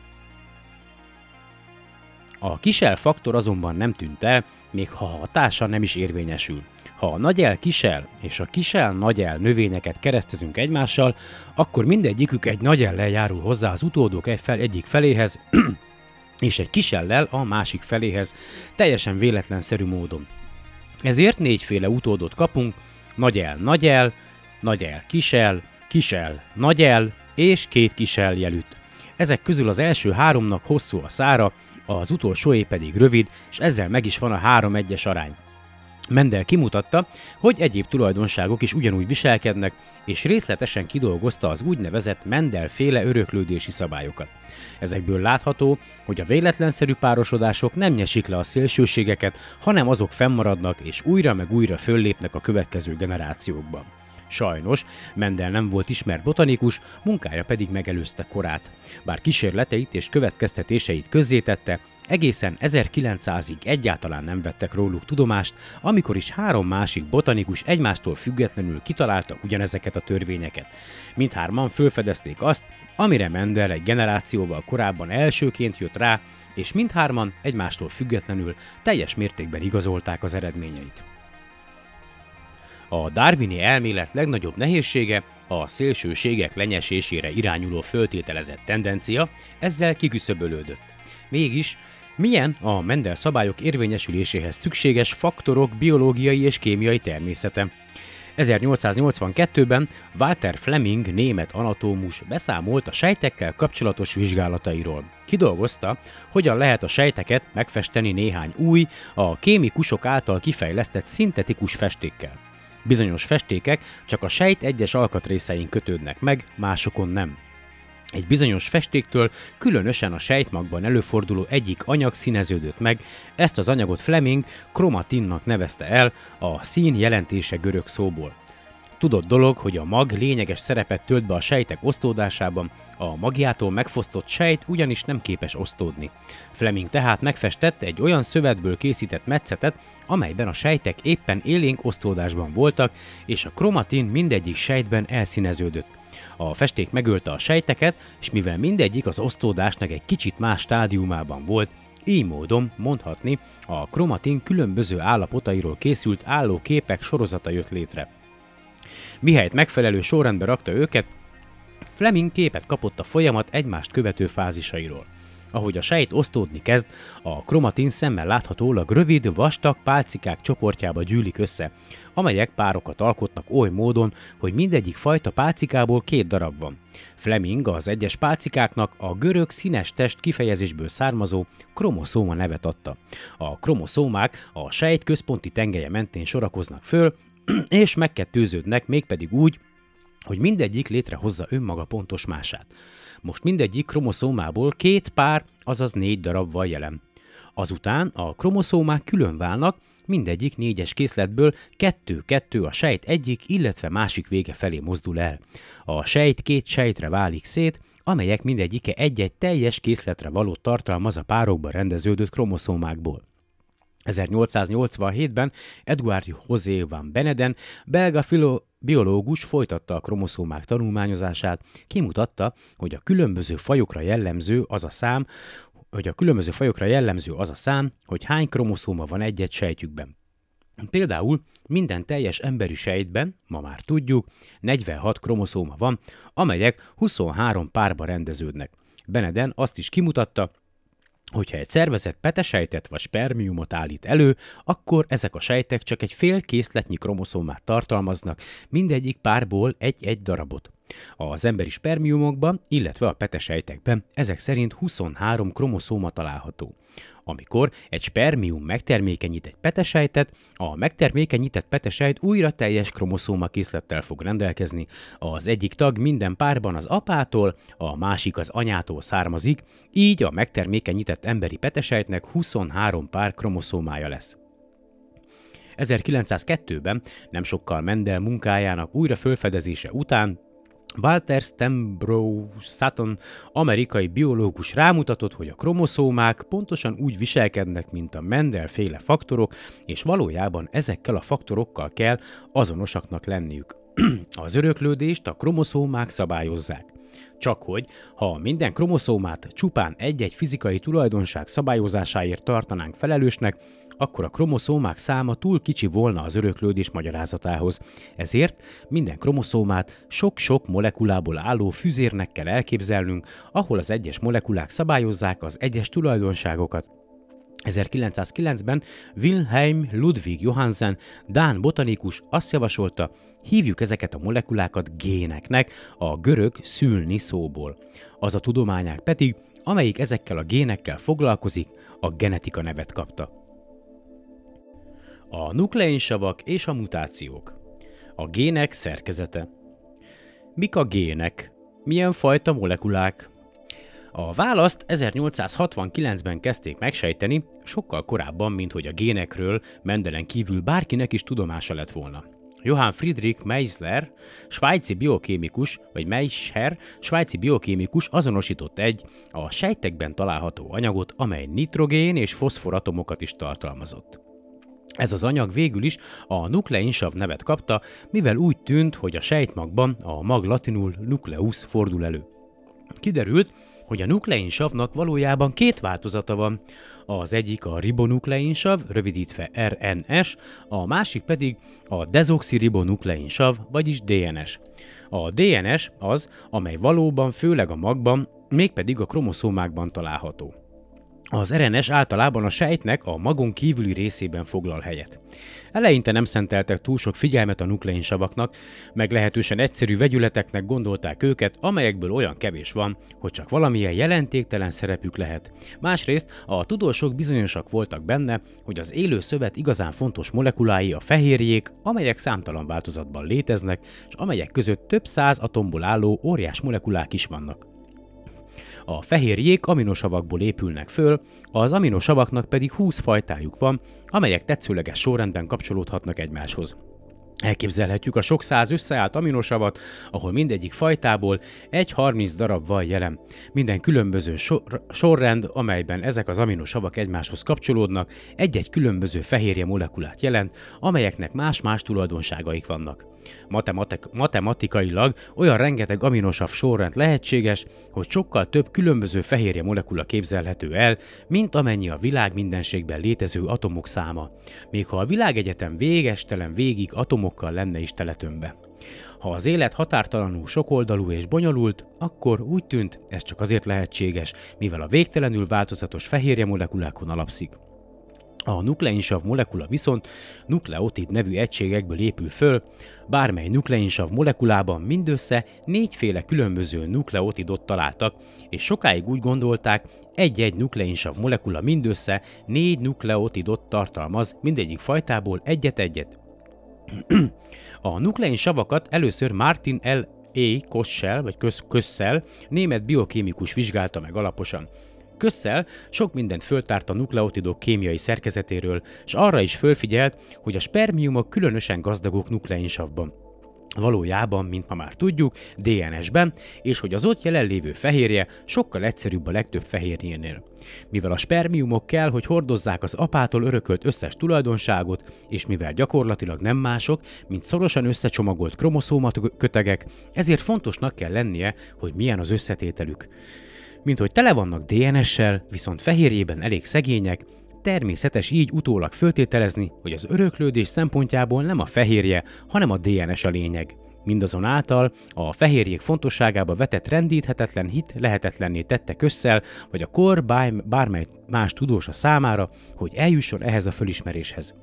A kis L faktor azonban nem tűnt el, még ha hatása nem is érvényesül. Ha a nagy L kis L és a kis L nagy L növényeket keresztezünk egymással, akkor mindegyikük egy nagy L-lel járul hozzá az utódok egy fel egyik feléhez, és egy kis L-lel a másik feléhez, teljesen véletlenszerű módon. Ezért négyféle utódot kapunk, nagy L, nagy L, nagy L, kis L, kis L, nagy L és két kis L jelűt. Ezek közül az első háromnak hosszú a szára, az utolsóé pedig rövid, és ezzel meg is van a három egyes arány. Mendel kimutatta, hogy egyéb tulajdonságok is ugyanúgy viselkednek, és részletesen kidolgozta az úgynevezett Mendel-féle öröklődési szabályokat. Ezekből látható, hogy a véletlenszerű párosodások nem nyesik le a szélsőségeket, hanem azok fennmaradnak és újra meg újra föllépnek a következő generációkban. Sajnos Mendel nem volt ismert botanikus, munkája pedig megelőzte korát. Bár kísérleteit és következtetéseit közzétette, egészen ezerkilencszázig egyáltalán nem vettek róluk tudomást, amikor is három másik botanikus egymástól függetlenül kitalálta ugyanezeket a törvényeket. Mindhárman fölfedezték azt, amire Mendel egy generációval korábban elsőként jött rá, és mindhárman egymástól függetlenül teljes mértékben igazolták az eredményeit. A darwini elmélet legnagyobb nehézsége a szélsőségek lenyesésére irányuló föltételezett tendencia, ezzel kiküszöbölődött. Mégis, milyen a Mendel szabályok érvényesüléséhez szükséges faktorok biológiai és kémiai természete? ezernyolcszáznyolcvankettőben Walter Fleming német anatómus beszámolt a sejtekkel kapcsolatos vizsgálatairól. Kidolgozta, hogyan lehet a sejteket megfesteni néhány új, a kémikusok által kifejlesztett szintetikus festékkel. Bizonyos festékek csak a sejt egyes alkatrészein kötődnek meg, másokon nem. Egy bizonyos festéktől különösen a sejtmagban előforduló egyik anyag színeződött meg, ezt az anyagot Fleming kromatinnak nevezte el, a szín jelentése görög szóból. Tudott dolog, hogy a mag lényeges szerepet tölt be a sejtek osztódásában, a magjától megfosztott sejt ugyanis nem képes osztódni. Fleming tehát megfestett egy olyan szövetből készített metszetet, amelyben a sejtek éppen élénk osztódásban voltak, és a kromatin mindegyik sejtben elszíneződött. A festék megölte a sejteket, és mivel mindegyik az osztódásnak egy kicsit más stádiumában volt, így módon mondhatni, a kromatin különböző állapotairól készült állóképek sorozata jött létre. Mihelyt megfelelő sorrendbe rakta őket, Fleming képet kapott a folyamat egymást követő fázisairól. Ahogy a sejt osztódni kezd, a kromatin szemmel láthatólag rövid, vastag pálcikák csoportjába gyűlik össze, amelyek párokat alkotnak oly módon, hogy mindegyik fajta pálcikából két darab van. Fleming az egyes pálcikáknak a görög színes test kifejezésből származó kromoszóma nevet adta. A kromoszómák a sejt központi tengelye mentén sorakoznak föl, és megkettőződnek, mégpedig úgy, hogy mindegyik létrehozza önmaga pontos mását. Most mindegyik kromoszómából két pár, azaz négy darab van jelen. Azután a kromoszómák külön válnak, mindegyik négyes készletből kettő-kettő a sejt egyik, illetve másik vége felé mozdul el. A sejt két sejtre válik szét, amelyek mindegyike egy-egy teljes készletre való tartalmaz a párokba rendeződött kromoszómákból. ezernyolcszáznyolcvanhétben Edward José van Beneden, belga filo- biológus folytatta a kromoszómák tanulmányozását, kimutatta, hogy a különböző fajokra jellemző az a szám, hogy a különböző fajokra jellemző az a szám, hogy hány kromoszóma van egy-egy sejtjükben. Például minden teljes emberi sejtben, ma már tudjuk, negyvenhat kromoszóma van, amelyek huszonhárom párba rendeződnek. Beneden azt is kimutatta, hogyha egy szervezet petesejtet vagy spermiumot állít elő, akkor ezek a sejtek csak egy fél készletnyi kromoszómát tartalmaznak, mindegyik párból egy-egy darabot. Az emberi spermiumokban, illetve a petesejtekben ezek szerint huszonhárom kromoszóma található. Amikor egy spermium megtermékenyít egy petesejtet, a megtermékenyített petesejt újra teljes kromoszóma készlettel fog rendelkezni. Az egyik tag minden párban az apától, a másik az anyától származik, így a megtermékenyített emberi petesejtnek huszonhárom pár kromoszómája lesz. ezerkilencszázkettőben, nem sokkal Mendel munkájának újra felfedezése után, Walter Stambrough Sutton, amerikai biológus rámutatott, hogy a kromoszómák pontosan úgy viselkednek, mint a Mendel-féle faktorok, és valójában ezekkel a faktorokkal kell azonosaknak lenniük. Az öröklődést a kromoszómák szabályozzák. Csakhogy, ha minden kromoszómát csupán egy-egy fizikai tulajdonság szabályozásáért tartanánk felelősnek, akkor a kromoszómák száma túl kicsi volna az öröklődés magyarázatához. Ezért minden kromoszómát sok-sok molekulából álló füzérnek kell elképzelnünk, ahol az egyes molekulák szabályozzák az egyes tulajdonságokat. ezerkilencszázkilencben Wilhelm Ludwig Johansen, dán botanikus azt javasolta, hívjuk ezeket a molekulákat géneknek, a görög szülni szóból. Az a tudományág pedig, amelyik ezekkel a génekkel foglalkozik, a genetika nevet kapta. A nukleinsavak és a mutációk. A gének szerkezete. Mik a gének? Milyen fajta molekulák? A választ ezernyolcszázhatvankilencben kezdték megsejteni, sokkal korábban, mint hogy a génekről Mendelen kívül bárkinek is tudomása lett volna. Johann Friedrich Meissner, svájci biokémikus, vagy Meissner, svájci biokémikus azonosított egy a sejtekben található anyagot, amely nitrogén és foszforatomokat is tartalmazott. Ez az anyag végül is a nukleinsav nevet kapta, mivel úgy tűnt, hogy a sejtmagban a mag latinul nucleus fordul elő. Kiderült, hogy a nukleinsavnak valójában két változata van. Az egyik a ribonukleinsav, rövidítve er en es, a másik pedig a dezoxiribonukleinsav, vagyis dé en es. A dé en es az, amely valóban főleg a magban, mégpedig a kromoszómákban található. Az er en es általában a sejtnek a magon kívüli részében foglal helyet. Eleinte nem szenteltek túl sok figyelmet a nukleinsavaknak, meg lehetősen egyszerű vegyületeknek gondolták őket, amelyekből olyan kevés van, hogy csak valamilyen jelentéktelen szerepük lehet. Másrészt a tudósok bizonyosak voltak benne, hogy az élő szövet igazán fontos molekulái a fehérjék, amelyek számtalan változatban léteznek, és amelyek között több száz atomból álló óriás molekulák is vannak. A fehérjék aminosavakból épülnek föl, az aminosavaknak pedig húsz fajtájuk van, amelyek tetszőleges sorrendben kapcsolódhatnak egymáshoz. Elképzelhetjük a sok száz összeállt aminosavat, ahol mindegyik fajtából egy harminc darab van jelen. Minden különböző sor- sorrend, amelyben ezek az aminosavak egymáshoz kapcsolódnak, egy-egy különböző fehérje molekulát jelent, amelyeknek más-más tulajdonságaik vannak. Matematik- matematikailag olyan rengeteg aminosav sorrend lehetséges, hogy sokkal több különböző fehérje molekula képzelhető el, mint amennyi a világ mindenségben létező atomok száma. Még ha a világegyetem végestelen végig atomokkal lenne is teletömve. Ha az élet határtalanul sokoldalú és bonyolult, akkor úgy tűnt, ez csak azért lehetséges, mivel a végtelenül változatos fehérje molekulákon alapszik. A nukleinsav molekula viszont nukleotid nevű egységekből épül föl, bármely nukleinsav molekulában mindössze négyféle különböző nukleotidot találtak, és sokáig úgy gondolták, egy-egy nukleinsav molekula mindössze négy nukleotidot tartalmaz, mindegyik fajtából egyet-egyet. A nukleinsavakat először Martin L. A. Kossel, vagy Kössel, német biokémikus vizsgálta meg alaposan. Kössel sok mindent föltárt a nukleotidok kémiai szerkezetéről, és arra is fölfigyelt, hogy a spermiumok különösen gazdagok nukleinsavban. Valójában, mint ma már tudjuk, dé en es-ben, és hogy az ott jelenlévő fehérje sokkal egyszerűbb a legtöbb fehérjénél. Mivel a spermiumok kell, hogy hordozzák az apától örökölt összes tulajdonságot, és mivel gyakorlatilag nem mások, mint szorosan összecsomagolt kromoszómakötegek, ezért fontosnak kell lennie, hogy milyen az összetételük. Mint hogy tele vannak dé en es-sel, viszont fehérjében elég szegények, természetes így utólag föltételezni, hogy az öröklődés szempontjából nem a fehérje, hanem a dé en es a lényeg. Mindazonáltal a fehérjék fontosságába vetett rendíthetetlen hit lehetetlenné tette Kössel, vagy a kor bármely más tudósa számára, hogy eljusson ehhez a fölismeréshez.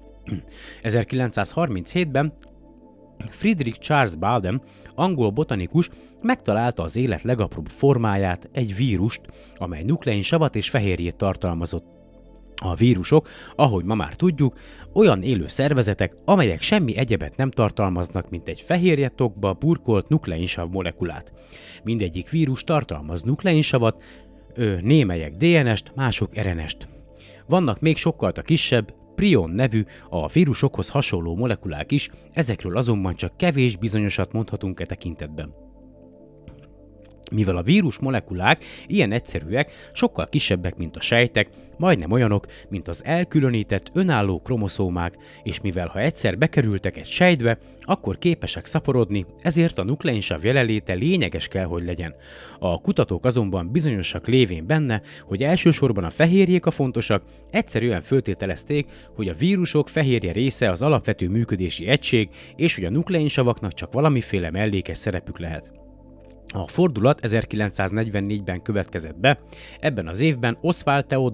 ezerkilencszázharminchétben Friedrich Charles Baldwin, angol botanikus, megtalálta az élet legapróbb formáját, egy vírust, amely nukleinsavat és fehérjét tartalmazott. A vírusok, ahogy ma már tudjuk, olyan élő szervezetek, amelyek semmi egyebet nem tartalmaznak, mint egy fehérjetokba burkolt nukleinsav molekulát. Mindegyik vírus tartalmaz nukleinsavat, némelyek dé en est, mások er en est. Vannak még sokkal kisebb, prion nevű, a vírusokhoz hasonló molekulák is, ezekről azonban csak kevés bizonyosat mondhatunk e tekintetben. Mivel a vírus molekulák ilyen egyszerűek, sokkal kisebbek, mint a sejtek, majdnem olyanok, mint az elkülönített önálló kromoszómák, és mivel ha egyszer bekerültek egy sejtbe, akkor képesek szaporodni, ezért a nukleinsav jelenléte lényeges kell, hogy legyen. A kutatók azonban bizonyosak lévén benne, hogy elsősorban a fehérjék a fontosak, egyszerűen föltételezték, hogy a vírusok fehérje része az alapvető működési egység, és hogy a nukleinsavaknak csak valamiféle mellékes szerepük lehet. A fordulat ezerkilencszáznegyvennégyben következett be, ebben az évben Oswald Theodor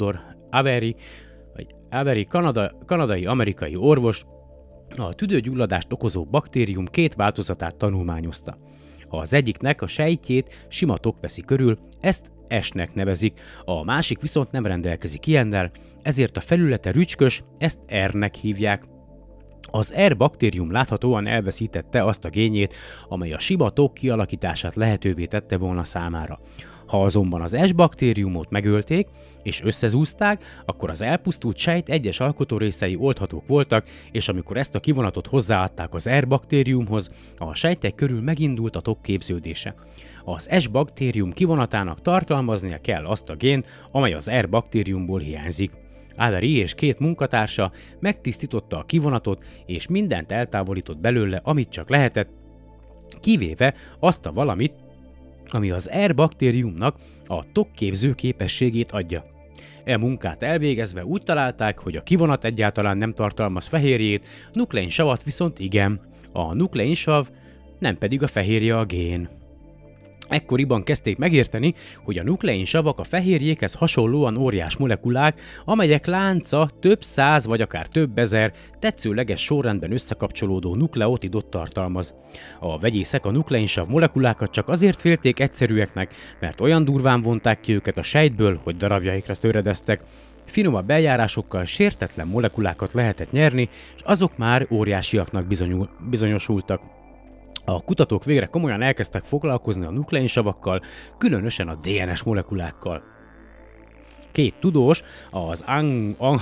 Avery, vagy Avery kanada, kanadai-amerikai orvos a tüdőgyulladást okozó baktérium két változatát tanulmányozta. Az egyiknek a sejtjét sima tok veszi körül, ezt S-nek nevezik, a másik viszont nem rendelkezik ilyennel, ezért a felülete rücskös, ezt R-nek hívják. Az R baktérium láthatóan elveszítette azt a génjét, amely a sima tok kialakítását lehetővé tette volna számára. Ha azonban az S baktériumot megölték és összezúzták, akkor az elpusztult sejt egyes alkotórészei oldhatók voltak, és amikor ezt a kivonatot hozzáadták az R baktériumhoz, a sejtek körül megindult a tok képződése. Az S baktérium kivonatának tartalmaznia kell azt a gént, amely az R baktériumból hiányzik. Avery és két munkatársa megtisztította a kivonatot, és mindent eltávolított belőle, amit csak lehetett, kivéve azt a valamit, ami az R baktériumnak a tokképző képességét adja. E munkát elvégezve úgy találták, hogy a kivonat egyáltalán nem tartalmaz fehérjét, nukleinsavat viszont igen. A nukleinsav nem pedig a fehérje a gén. Ekkoriban kezdték megérteni, hogy a nukleinsavak a fehérjékhez hasonlóan óriás molekulák, amelyek lánca több száz vagy akár több ezer tetszőleges sorrendben összekapcsolódó nukleotidot tartalmaz. A vegyészek a nukleinsav molekulákat csak azért félték egyszerűeknek, mert olyan durván vonták ki őket a sejtből, hogy darabjaikra töredeztek. Finomabb eljárásokkal sértetlen molekulákat lehetett nyerni, és azok már óriásiaknak bizonyul, bizonyosultak. A kutatók végre komolyan elkezdtek foglalkozni a nukleinsavakkal, különösen a dé en es molekulákkal. Két tudós, az, ang- ang-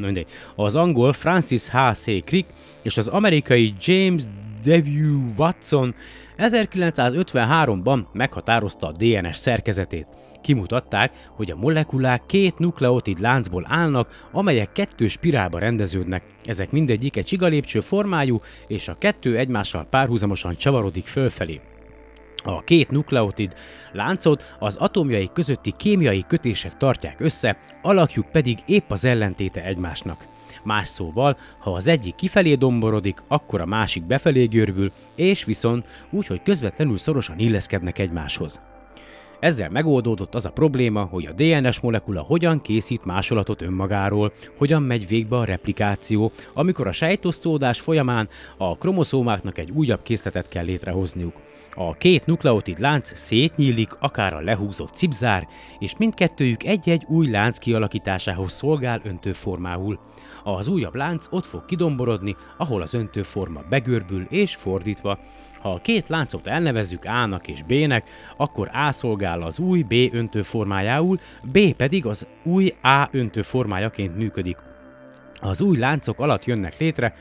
az angol Francis H C Crick és az amerikai James W. Watson ezerkilencszázötvenháromban meghatározta a dé en es szerkezetét. Kimutatták, hogy a molekulák két nukleotid láncból állnak, amelyek kettő spirálba rendeződnek. Ezek mindegyik egy csigalépcső formájú, és a kettő egymással párhuzamosan csavarodik fölfelé. A két nukleotid láncot az atomjai közötti kémiai kötések tartják össze, alakjuk pedig épp az ellentéte egymásnak. Más szóval, ha az egyik kifelé domborodik, akkor a másik befelé görbül, és viszont úgy, hogy közvetlenül szorosan illeszkednek egymáshoz. Ezzel megoldódott az a probléma, hogy a dé en es molekula hogyan készít másolatot önmagáról, hogyan megy végbe a replikáció, amikor a sejtosztódás folyamán a kromoszómáknak egy újabb készletet kell létrehozniuk. A két nukleotid lánc szétnyílik, akár a lehúzott cipzár, és mindkettőjük egy-egy új lánc kialakításához szolgál öntőformául. Az újabb lánc ott fog kidomborodni, ahol az öntőforma begörbül, és fordítva. Ha a két láncot elnevezzük A-nak és B-nek, akkor A szolgál az új B öntőformájául, B pedig az új A öntőformájaként működik. Az új láncok alatt jönnek létre,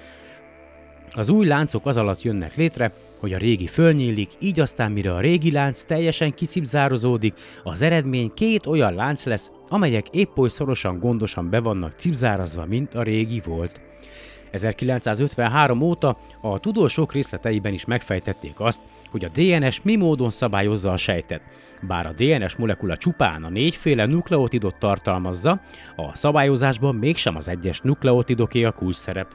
Az új láncok az alatt jönnek létre, hogy a régi fölnyílik, így aztán mire a régi lánc teljesen kicipzározódik, az eredmény két olyan lánc lesz, amelyek épp oly szorosan gondosan be vannak cipzárazva, mint a régi volt. ezerkilencszázötvenhárom óta a tudósok részleteiben is megfejtették azt, hogy a dé en es mi módon szabályozza a sejtet. Bár a dé en es molekula csupán a négyféle nukleotidot tartalmazza, a szabályozásban mégsem az egyes nukleotidoké a kulcsszerep.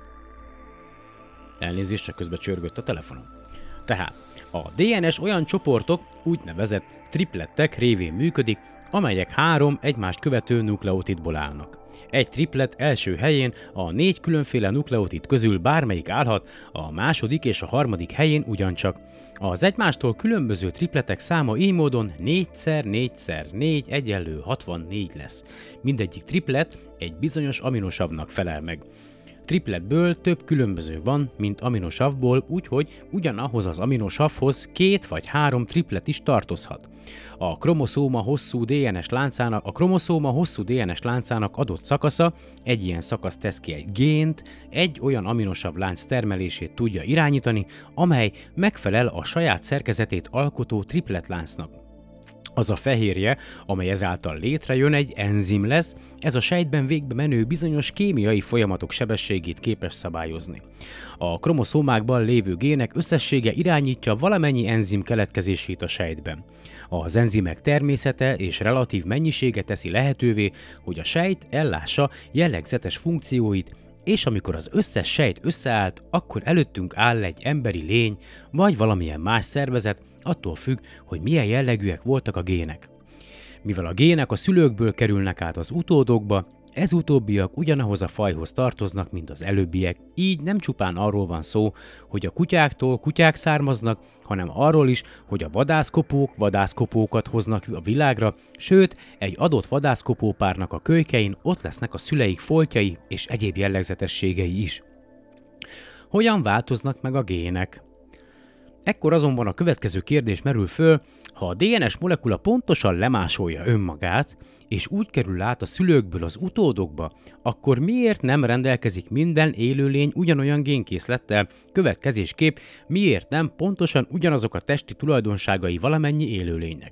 Elnézést, csak közben csörgött a telefonom. Tehát a dé en es olyan csoportok, úgynevezett triplettek révén működik, amelyek három egymást követő nukleotidból állnak. Egy triplet első helyén a négy különféle nukleotid közül bármelyik állhat, a második és a harmadik helyén ugyancsak. Az egymástól különböző tripletek száma így módon négyszer négyszer négy egyenlő hatvannégy lesz. Mindegyik triplet egy bizonyos aminosavnak felel meg. Tripletből több különböző van, mint aminosavból, úgyhogy ugyanahhoz az aminosavhoz két vagy három triplet is tartozhat. A kromoszóma hosszú dé en es láncának, a kromoszóma hosszú dé en es láncának adott szakasza, egy ilyen szakasz tesz ki egy gént, egy olyan aminosav lánc termelését tudja irányítani, amely megfelel a saját szerkezetét alkotó tripletláncnak. Az a fehérje, amely ezáltal létrejön, egy enzim lesz, ez a sejtben végbe menő bizonyos kémiai folyamatok sebességét képes szabályozni. A kromoszómákban lévő gének összessége irányítja valamennyi enzim keletkezését a sejtben. Az enzimek természete és relatív mennyisége teszi lehetővé, hogy a sejt ellássa jellegzetes funkcióit, és amikor az összes sejt összeállt, akkor előttünk áll egy emberi lény, vagy valamilyen más szervezet, attól függ, hogy milyen jellegűek voltak a gének. Mivel a gének a szülőkből kerülnek át az utódokba, ez utóbbiak ugyanahoz a fajhoz tartoznak, mint az előbbiek, így nem csupán arról van szó, hogy a kutyáktól kutyák származnak, hanem arról is, hogy a vadászkopók vadászkopókat hoznak a világra, sőt, egy adott vadászkopópárnak a kölykein ott lesznek a szüleik foltjai és egyéb jellegzetességei is. Hogyan változnak meg a gének? Ekkor azonban a következő kérdés merül föl, ha a dé en es molekula pontosan lemásolja önmagát, és úgy kerül át a szülőkből az utódokba, akkor miért nem rendelkezik minden élőlény ugyanolyan génkészlettel? Következésképp miért nem pontosan ugyanazok a testi tulajdonságai valamennyi élőlénynek?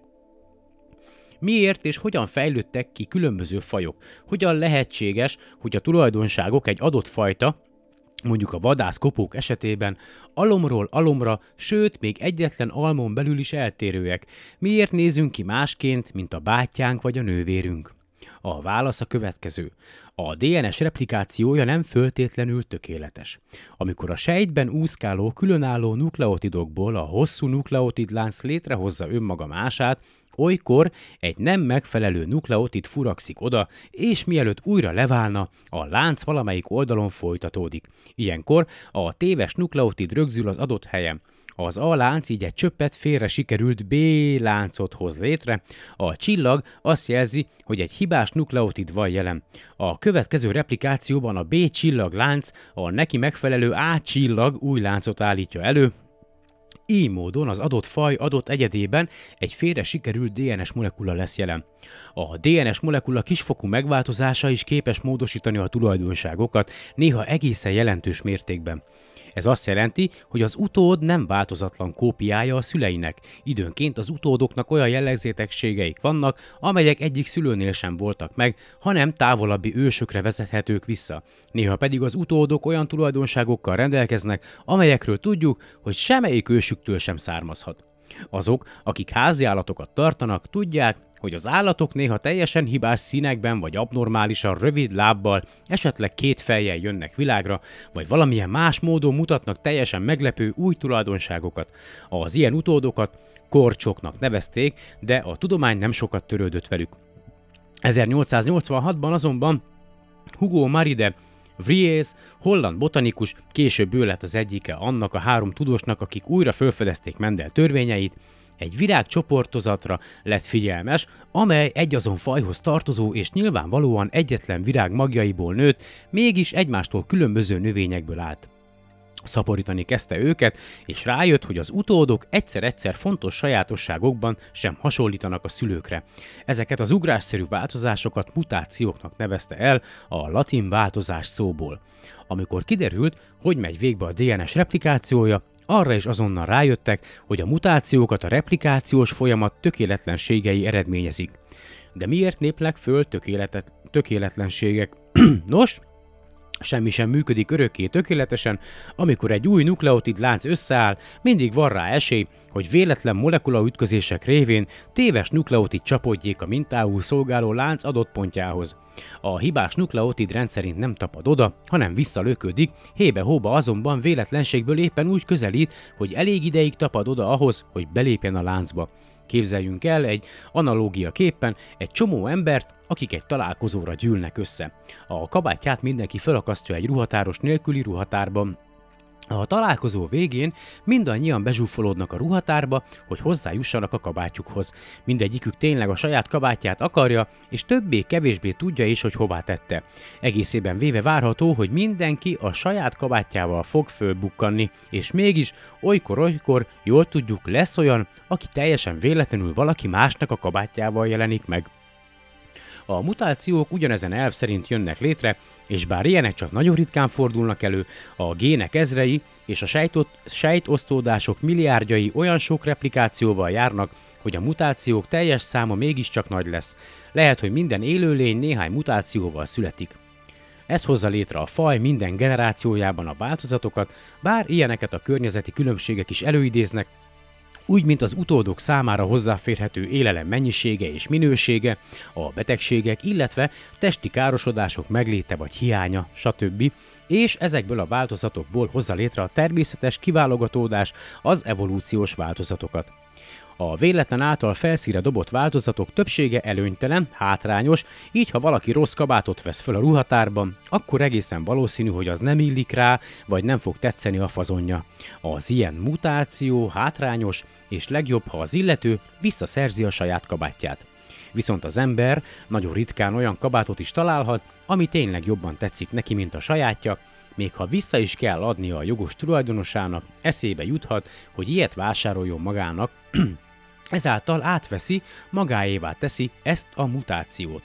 Miért és hogyan fejlődtek ki különböző fajok? Hogyan lehetséges, hogy a tulajdonságok egy adott fajta, mondjuk a vadászkopók esetében alomról alomra, sőt, még egyetlen almon belül is eltérőek. Miért nézünk ki másként, mint a bátyánk vagy a nővérünk? A válasz a következő. A dé en es replikációja nem föltétlenül tökéletes. Amikor a sejtben úszkáló különálló nukleotidokból a hosszú nukleotidlánc létrehozza önmaga mását, olykor egy nem megfelelő nukleotid furakszik oda, és mielőtt újra leválna, a lánc valamelyik oldalon folytatódik. Ilyenkor a téves nukleotid rögzül az adott helyen. Az A lánc így egy csöppet félre sikerült B láncot hoz létre, a csillag azt jelzi, hogy egy hibás nukleotid van jelen. A következő replikációban a B csillag lánc a neki megfelelő A csillag új láncot állítja elő, így módon az adott faj adott egyedében egy félre sikerült dé en es molekula lesz jelen. A dé en es molekula kisfokú megváltozása is képes módosítani a tulajdonságokat, néha egészen jelentős mértékben. Ez azt jelenti, hogy az utód nem változatlan kópiája a szüleinek. Időnként az utódoknak olyan jellegzetességeik vannak, amelyek egyik szülőnél sem voltak meg, hanem távolabbi ősökre vezethetők vissza. Néha pedig az utódok olyan tulajdonságokkal rendelkeznek, amelyekről tudjuk, hogy semmelyik ősüktől sem származhat. Azok, akik háziállatokat tartanak, tudják, hogy az állatok néha teljesen hibás színekben vagy abnormálisan rövid lábbal, esetleg két fejjel jönnek világra, vagy valamilyen más módon mutatnak teljesen meglepő új tulajdonságokat. Az ilyen utódokat korcsoknak nevezték, de a tudomány nem sokat törődött velük. ezernyolcszáznyolcvanhatban azonban Hugo Marie de Vries, holland botanikus, később ő lett az egyike annak a három tudósnak, akik újra felfedezték Mendel törvényeit, egy virágcsoportozatra lett figyelmes, amely egyazon fajhoz tartozó és nyilvánvalóan egyetlen virág magjaiból nőtt, mégis egymástól különböző növényekből állt. Szaporítani kezdte őket, és rájött, hogy az utódok egyszer-egyszer fontos sajátosságokban sem hasonlítanak a szülőkre. Ezeket az ugrásszerű változásokat mutációknak nevezte el a latin változás szóból. Amikor kiderült, hogy megy végbe a dé en es replikációja, arra is azonnal rájöttek, hogy a mutációkat a replikációs folyamat tökéletlenségei eredményezik. De miért lépnek föl tökéletet, tökéletlenségek? Nos, semmi sem működik örökké tökéletesen, amikor egy új nukleotid lánc összeáll, mindig van rá esély, hogy véletlen molekulaütközések révén téves nukleotid csapódjék a mintául szolgáló lánc adott pontjához. A hibás nukleotid rendszerint nem tapad oda, hanem visszalöködik, hébe-hóba azonban véletlenségből éppen úgy közelít, hogy elég ideig tapad oda ahhoz, hogy belépjen a láncba. Képzeljünk el egy analógia képpen egy csomó embert, akik egy találkozóra gyűlnek össze. A kabátját mindenki felakasztja egy ruhatáros nélküli ruhatárban. A találkozó végén mindannyian bezsúfolódnak a ruhatárba, hogy hozzájussanak a kabátjukhoz. Mindegyikük tényleg a saját kabátját akarja, és többé-kevésbé tudja is, hogy hová tette. Egészében véve várható, hogy mindenki a saját kabátjával fog fölbukkanni, és mégis olykor-olykor jól tudjuk, lesz olyan, aki teljesen véletlenül valaki másnak a kabátjával jelenik meg. A mutációk ugyanezen elv szerint jönnek létre, és bár ilyenek csak nagyon ritkán fordulnak elő, a gének ezrei és a sejtot, sejtosztódások milliárdjai olyan sok replikációval járnak, hogy a mutációk teljes száma mégiscsak nagy lesz. Lehet, hogy minden élőlény néhány mutációval születik. Ez hozza létre a faj minden generációjában a változatokat, bár ilyeneket a környezeti különbségek is előidéznek, úgy, mint az utódok számára hozzáférhető élelem mennyisége és minősége, a betegségek, illetve testi károsodások megléte vagy hiánya, stb. És ezekből a változatokból hozza létre a természetes kiválogatódás az evolúciós változatokat. A véletlen által felszíre dobott változatok többsége előnytelen, hátrányos, így ha valaki rossz kabátot vesz föl a ruhatárban, akkor egészen valószínű, hogy az nem illik rá, vagy nem fog tetszeni a fazonja. Az ilyen mutáció hátrányos, és legjobb, ha az illető visszaszerzi a saját kabátját. Viszont az ember nagyon ritkán olyan kabátot is találhat, ami tényleg jobban tetszik neki, mint a sajátja, még ha vissza is kell adnia a jogos tulajdonosának, eszébe juthat, hogy ilyet vásároljon magának, ezáltal átveszi, magáévá teszi ezt a mutációt.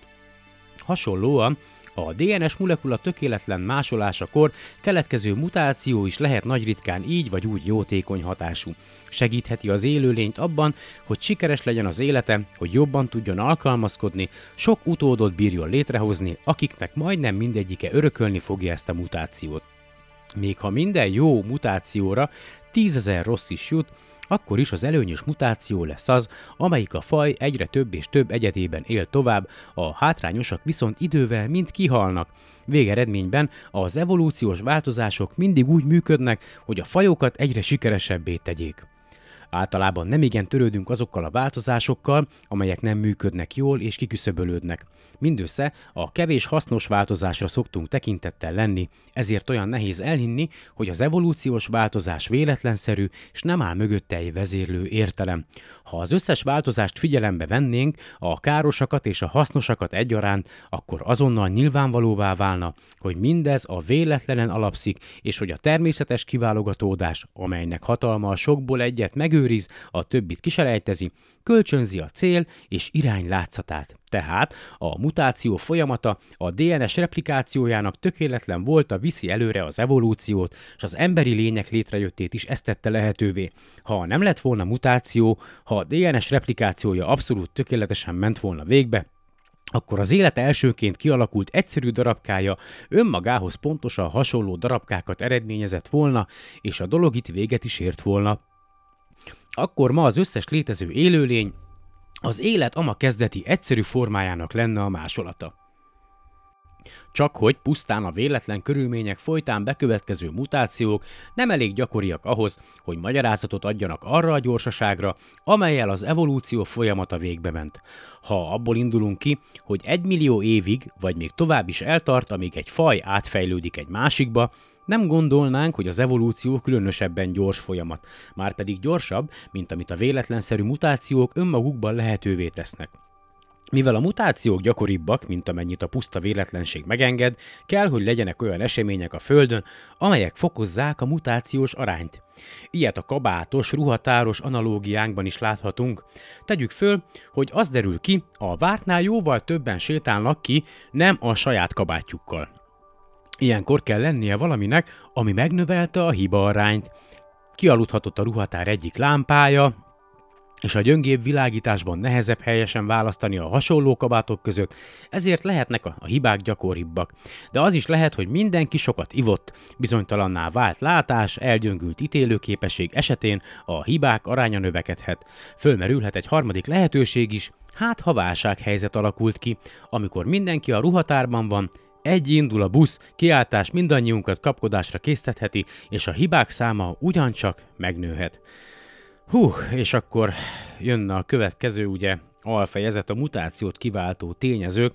Hasonlóan a dé en es molekula tökéletlen másolásakor keletkező mutáció is lehet nagy ritkán így vagy úgy jótékony hatású. Segítheti az élőlényt abban, hogy sikeres legyen az élete, hogy jobban tudjon alkalmazkodni, sok utódot bírjon létrehozni, akiknek majdnem mindegyike örökölni fogja ezt a mutációt. Még ha minden jó mutációra tízezer rossz is jut, akkor is az előnyös mutáció lesz az, amelyik a faj egyre több és több egyedében él tovább, a hátrányosak viszont idővel mind kihalnak. Végeredményben az evolúciós változások mindig úgy működnek, hogy a fajokat egyre sikeresebbé tegyék. Általában nemigen törődünk azokkal a változásokkal, amelyek nem működnek jól és kiküszöbölődnek. Mindössze a kevés hasznos változásra szoktunk tekintettel lenni, ezért olyan nehéz elhinni, hogy az evolúciós változás véletlenszerű, és nem áll mögötte egy vezérlő értelem. Ha az összes változást figyelembe vennénk, a károsakat és a hasznosakat egyaránt, akkor azonnal nyilvánvalóvá válna, hogy mindez a véletlenen alapszik, és hogy a természetes kiválogatódás, amelynek hatalma a sokból egyet megőriz, a többit kiselejtezi, kölcsönzi a cél és irány látszatát. Tehát a mutáció folyamata a dé en es replikációjának tökéletlen volta viszi előre az evolúciót, és az emberi lények létrejöttét is ezt tette lehetővé. Ha nem lett volna mutáció, ha a dé en es replikációja abszolút tökéletesen ment volna végbe, akkor az élet elsőként kialakult egyszerű darabkája önmagához pontosan hasonló darabkákat eredményezett volna, és a dolog itt véget is ért volna. Akkor ma az összes létező élőlény az élet ama kezdeti egyszerű formájának lenne a másolata. Csak hogy pusztán a véletlen körülmények folytán bekövetkező mutációk nem elég gyakoriak ahhoz, hogy magyarázatot adjanak arra a gyorsaságra, amellyel az evolúció folyamata végbe ment. Ha abból indulunk ki, hogy egymillió évig, vagy még tovább is eltart, amíg egy faj átfejlődik egy másikba, nem gondolnánk, hogy az evolúció különösebben gyors folyamat, márpedig gyorsabb, mint amit a véletlenszerű mutációk önmagukban lehetővé tesznek. Mivel a mutációk gyakoribbak, mint amennyit a puszta véletlenség megenged, kell, hogy legyenek olyan események a Földön, amelyek fokozzák a mutációs arányt. Ilyet a kabátos, ruhatáros analógiánkban is láthatunk. Tegyük föl, hogy az derül ki, a vártnál jóval többen sétálnak ki, nem a saját kabátjukkal. Ilyenkor kell lennie valaminek, ami megnövelte a hiba arányt. Kialudhatott a ruhatár egyik lámpája, és a gyöngébb világításban nehezebb helyesen választani a hasonló kabátok között, ezért lehetnek a, a hibák gyakoribbak. De az is lehet, hogy mindenki sokat ivott, bizonytalanná vált látás, elgyöngült ítélőképesség esetén a hibák aránya növekedhet. Fölmerülhet egy harmadik lehetőség is, hát ha válsághelyzet alakult ki, amikor mindenki a ruhatárban van, egy indul a busz, kiáltás mindannyiunkat kapkodásra késztetheti, és a hibák száma ugyancsak megnőhet. Hú, és akkor jönne a következő, ugye, alfejezet, a mutációt kiváltó tényezők,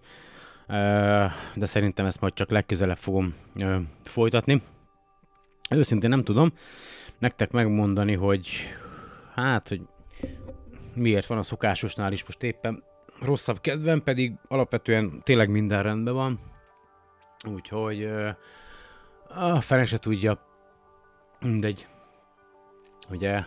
de szerintem ezt majd csak legközelebb fogom folytatni. Őszintén nem tudom nektek megmondani, hogy hát, hogy miért van a szokásosnál is most éppen rosszabb kedvem, pedig alapvetően tényleg minden rendben van. Úgyhogy a fene se tudja, mindegy, ugye,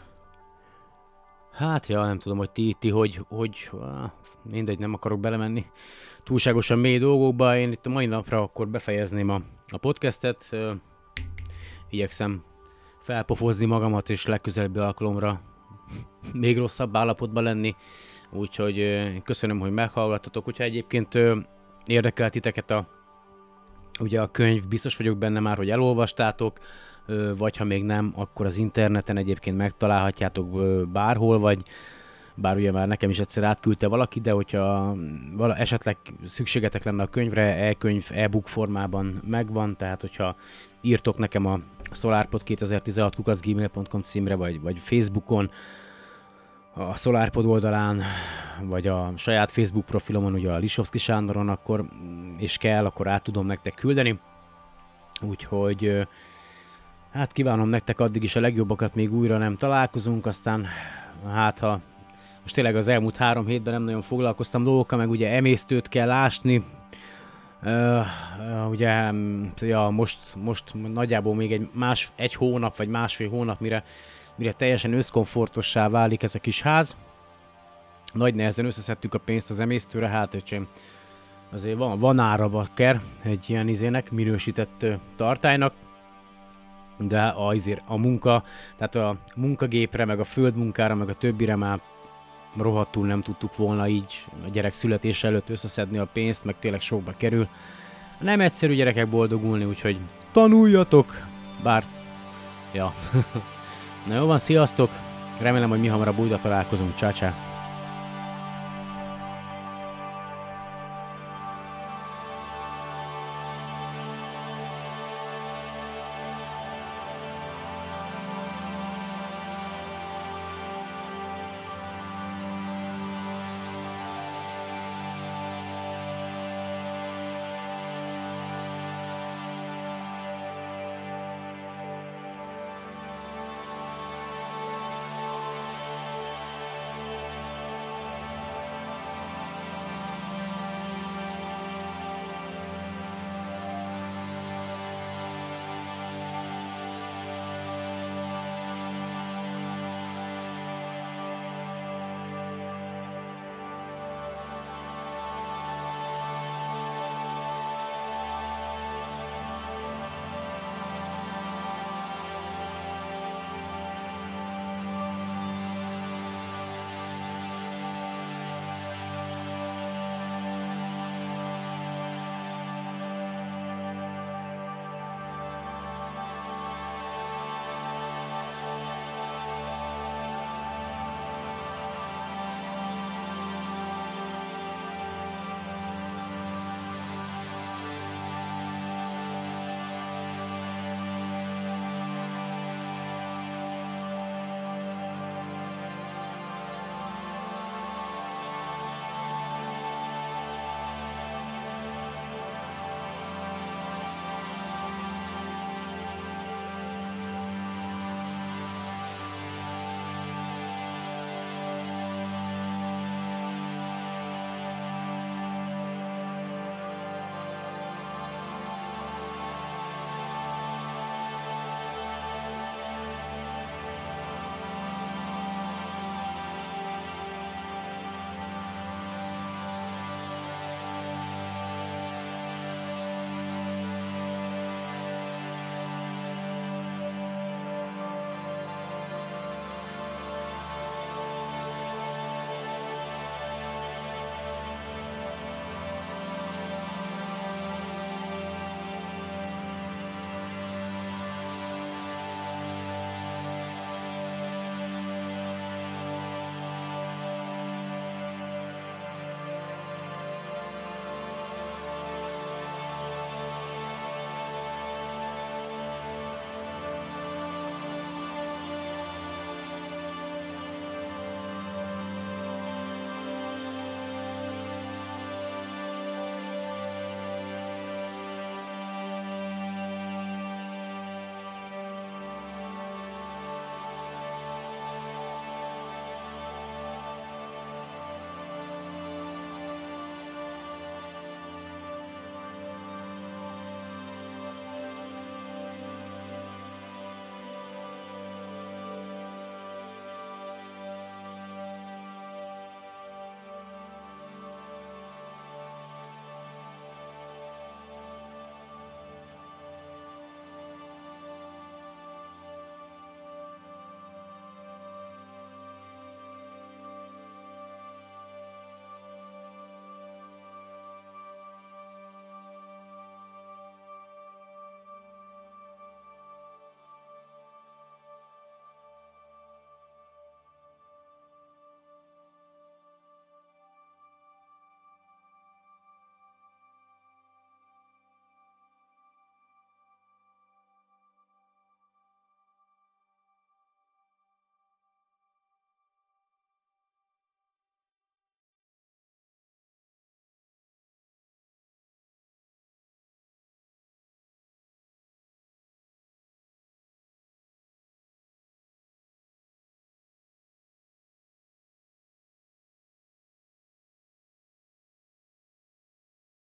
hát ja, nem tudom, hogy ti, ti hogy, hogy, mindegy, nem akarok belemenni túlságosan mély dolgokba, én itt a mai napra akkor befejezném a, a podcastet, igyekszem felpofozni magamat, és legközelebbi alkalomra még rosszabb állapotban lenni, úgyhogy köszönöm, hogy meghallgattatok, hogyha egyébként érdekel titeket a ugye a könyv, biztos vagyok benne már, hogy elolvastátok, vagy ha még nem, akkor az interneten egyébként megtalálhatjátok bárhol, vagy bár ugye már nekem is egyszer átküldte valaki, de hogyha vala, esetleg szükségetek lenne a könyvre, e-könyv, e-book formában megvan, tehát hogyha írtok nekem a solarpod kétezer-tizenhat kukac gmail pont com címre, vagy, vagy Facebookon, a SolarPod oldalán, vagy a saját Facebook profilomon, ugye a Lisovszki Sándoron, akkor, és kell, akkor át tudom nektek küldeni. Úgyhogy hát kívánom nektek addig is a legjobbakat, még újra nem találkozunk, aztán hát ha most tényleg az elmúlt három hétben nem nagyon foglalkoztam dolgokkal, meg ugye emésztőt kell ásni. Uh, uh, ugye ja, most, most nagyjából még egy, más, egy hónap vagy másfél hónap, mire, mire teljesen összkomfortossá válik ez a kis ház. Nagy nehezen összeszedtük a pénzt az emésztőre, hát öcsém, azért van, van ára bakker egy ilyen izének, minősített uh, tartálynak, de azért a munka, tehát a munkagépre, meg a földmunkára, meg a többire már rohadtul nem tudtuk volna így a gyerek születése előtt összeszedni a pénzt, meg tényleg sokba kerül. Nem egyszerű gyerekek boldogulni, úgyhogy tanuljatok! Bár, ja. Na jó van, sziasztok! Remélem, hogy mi hamarabb újra találkozunk. Csá, csá!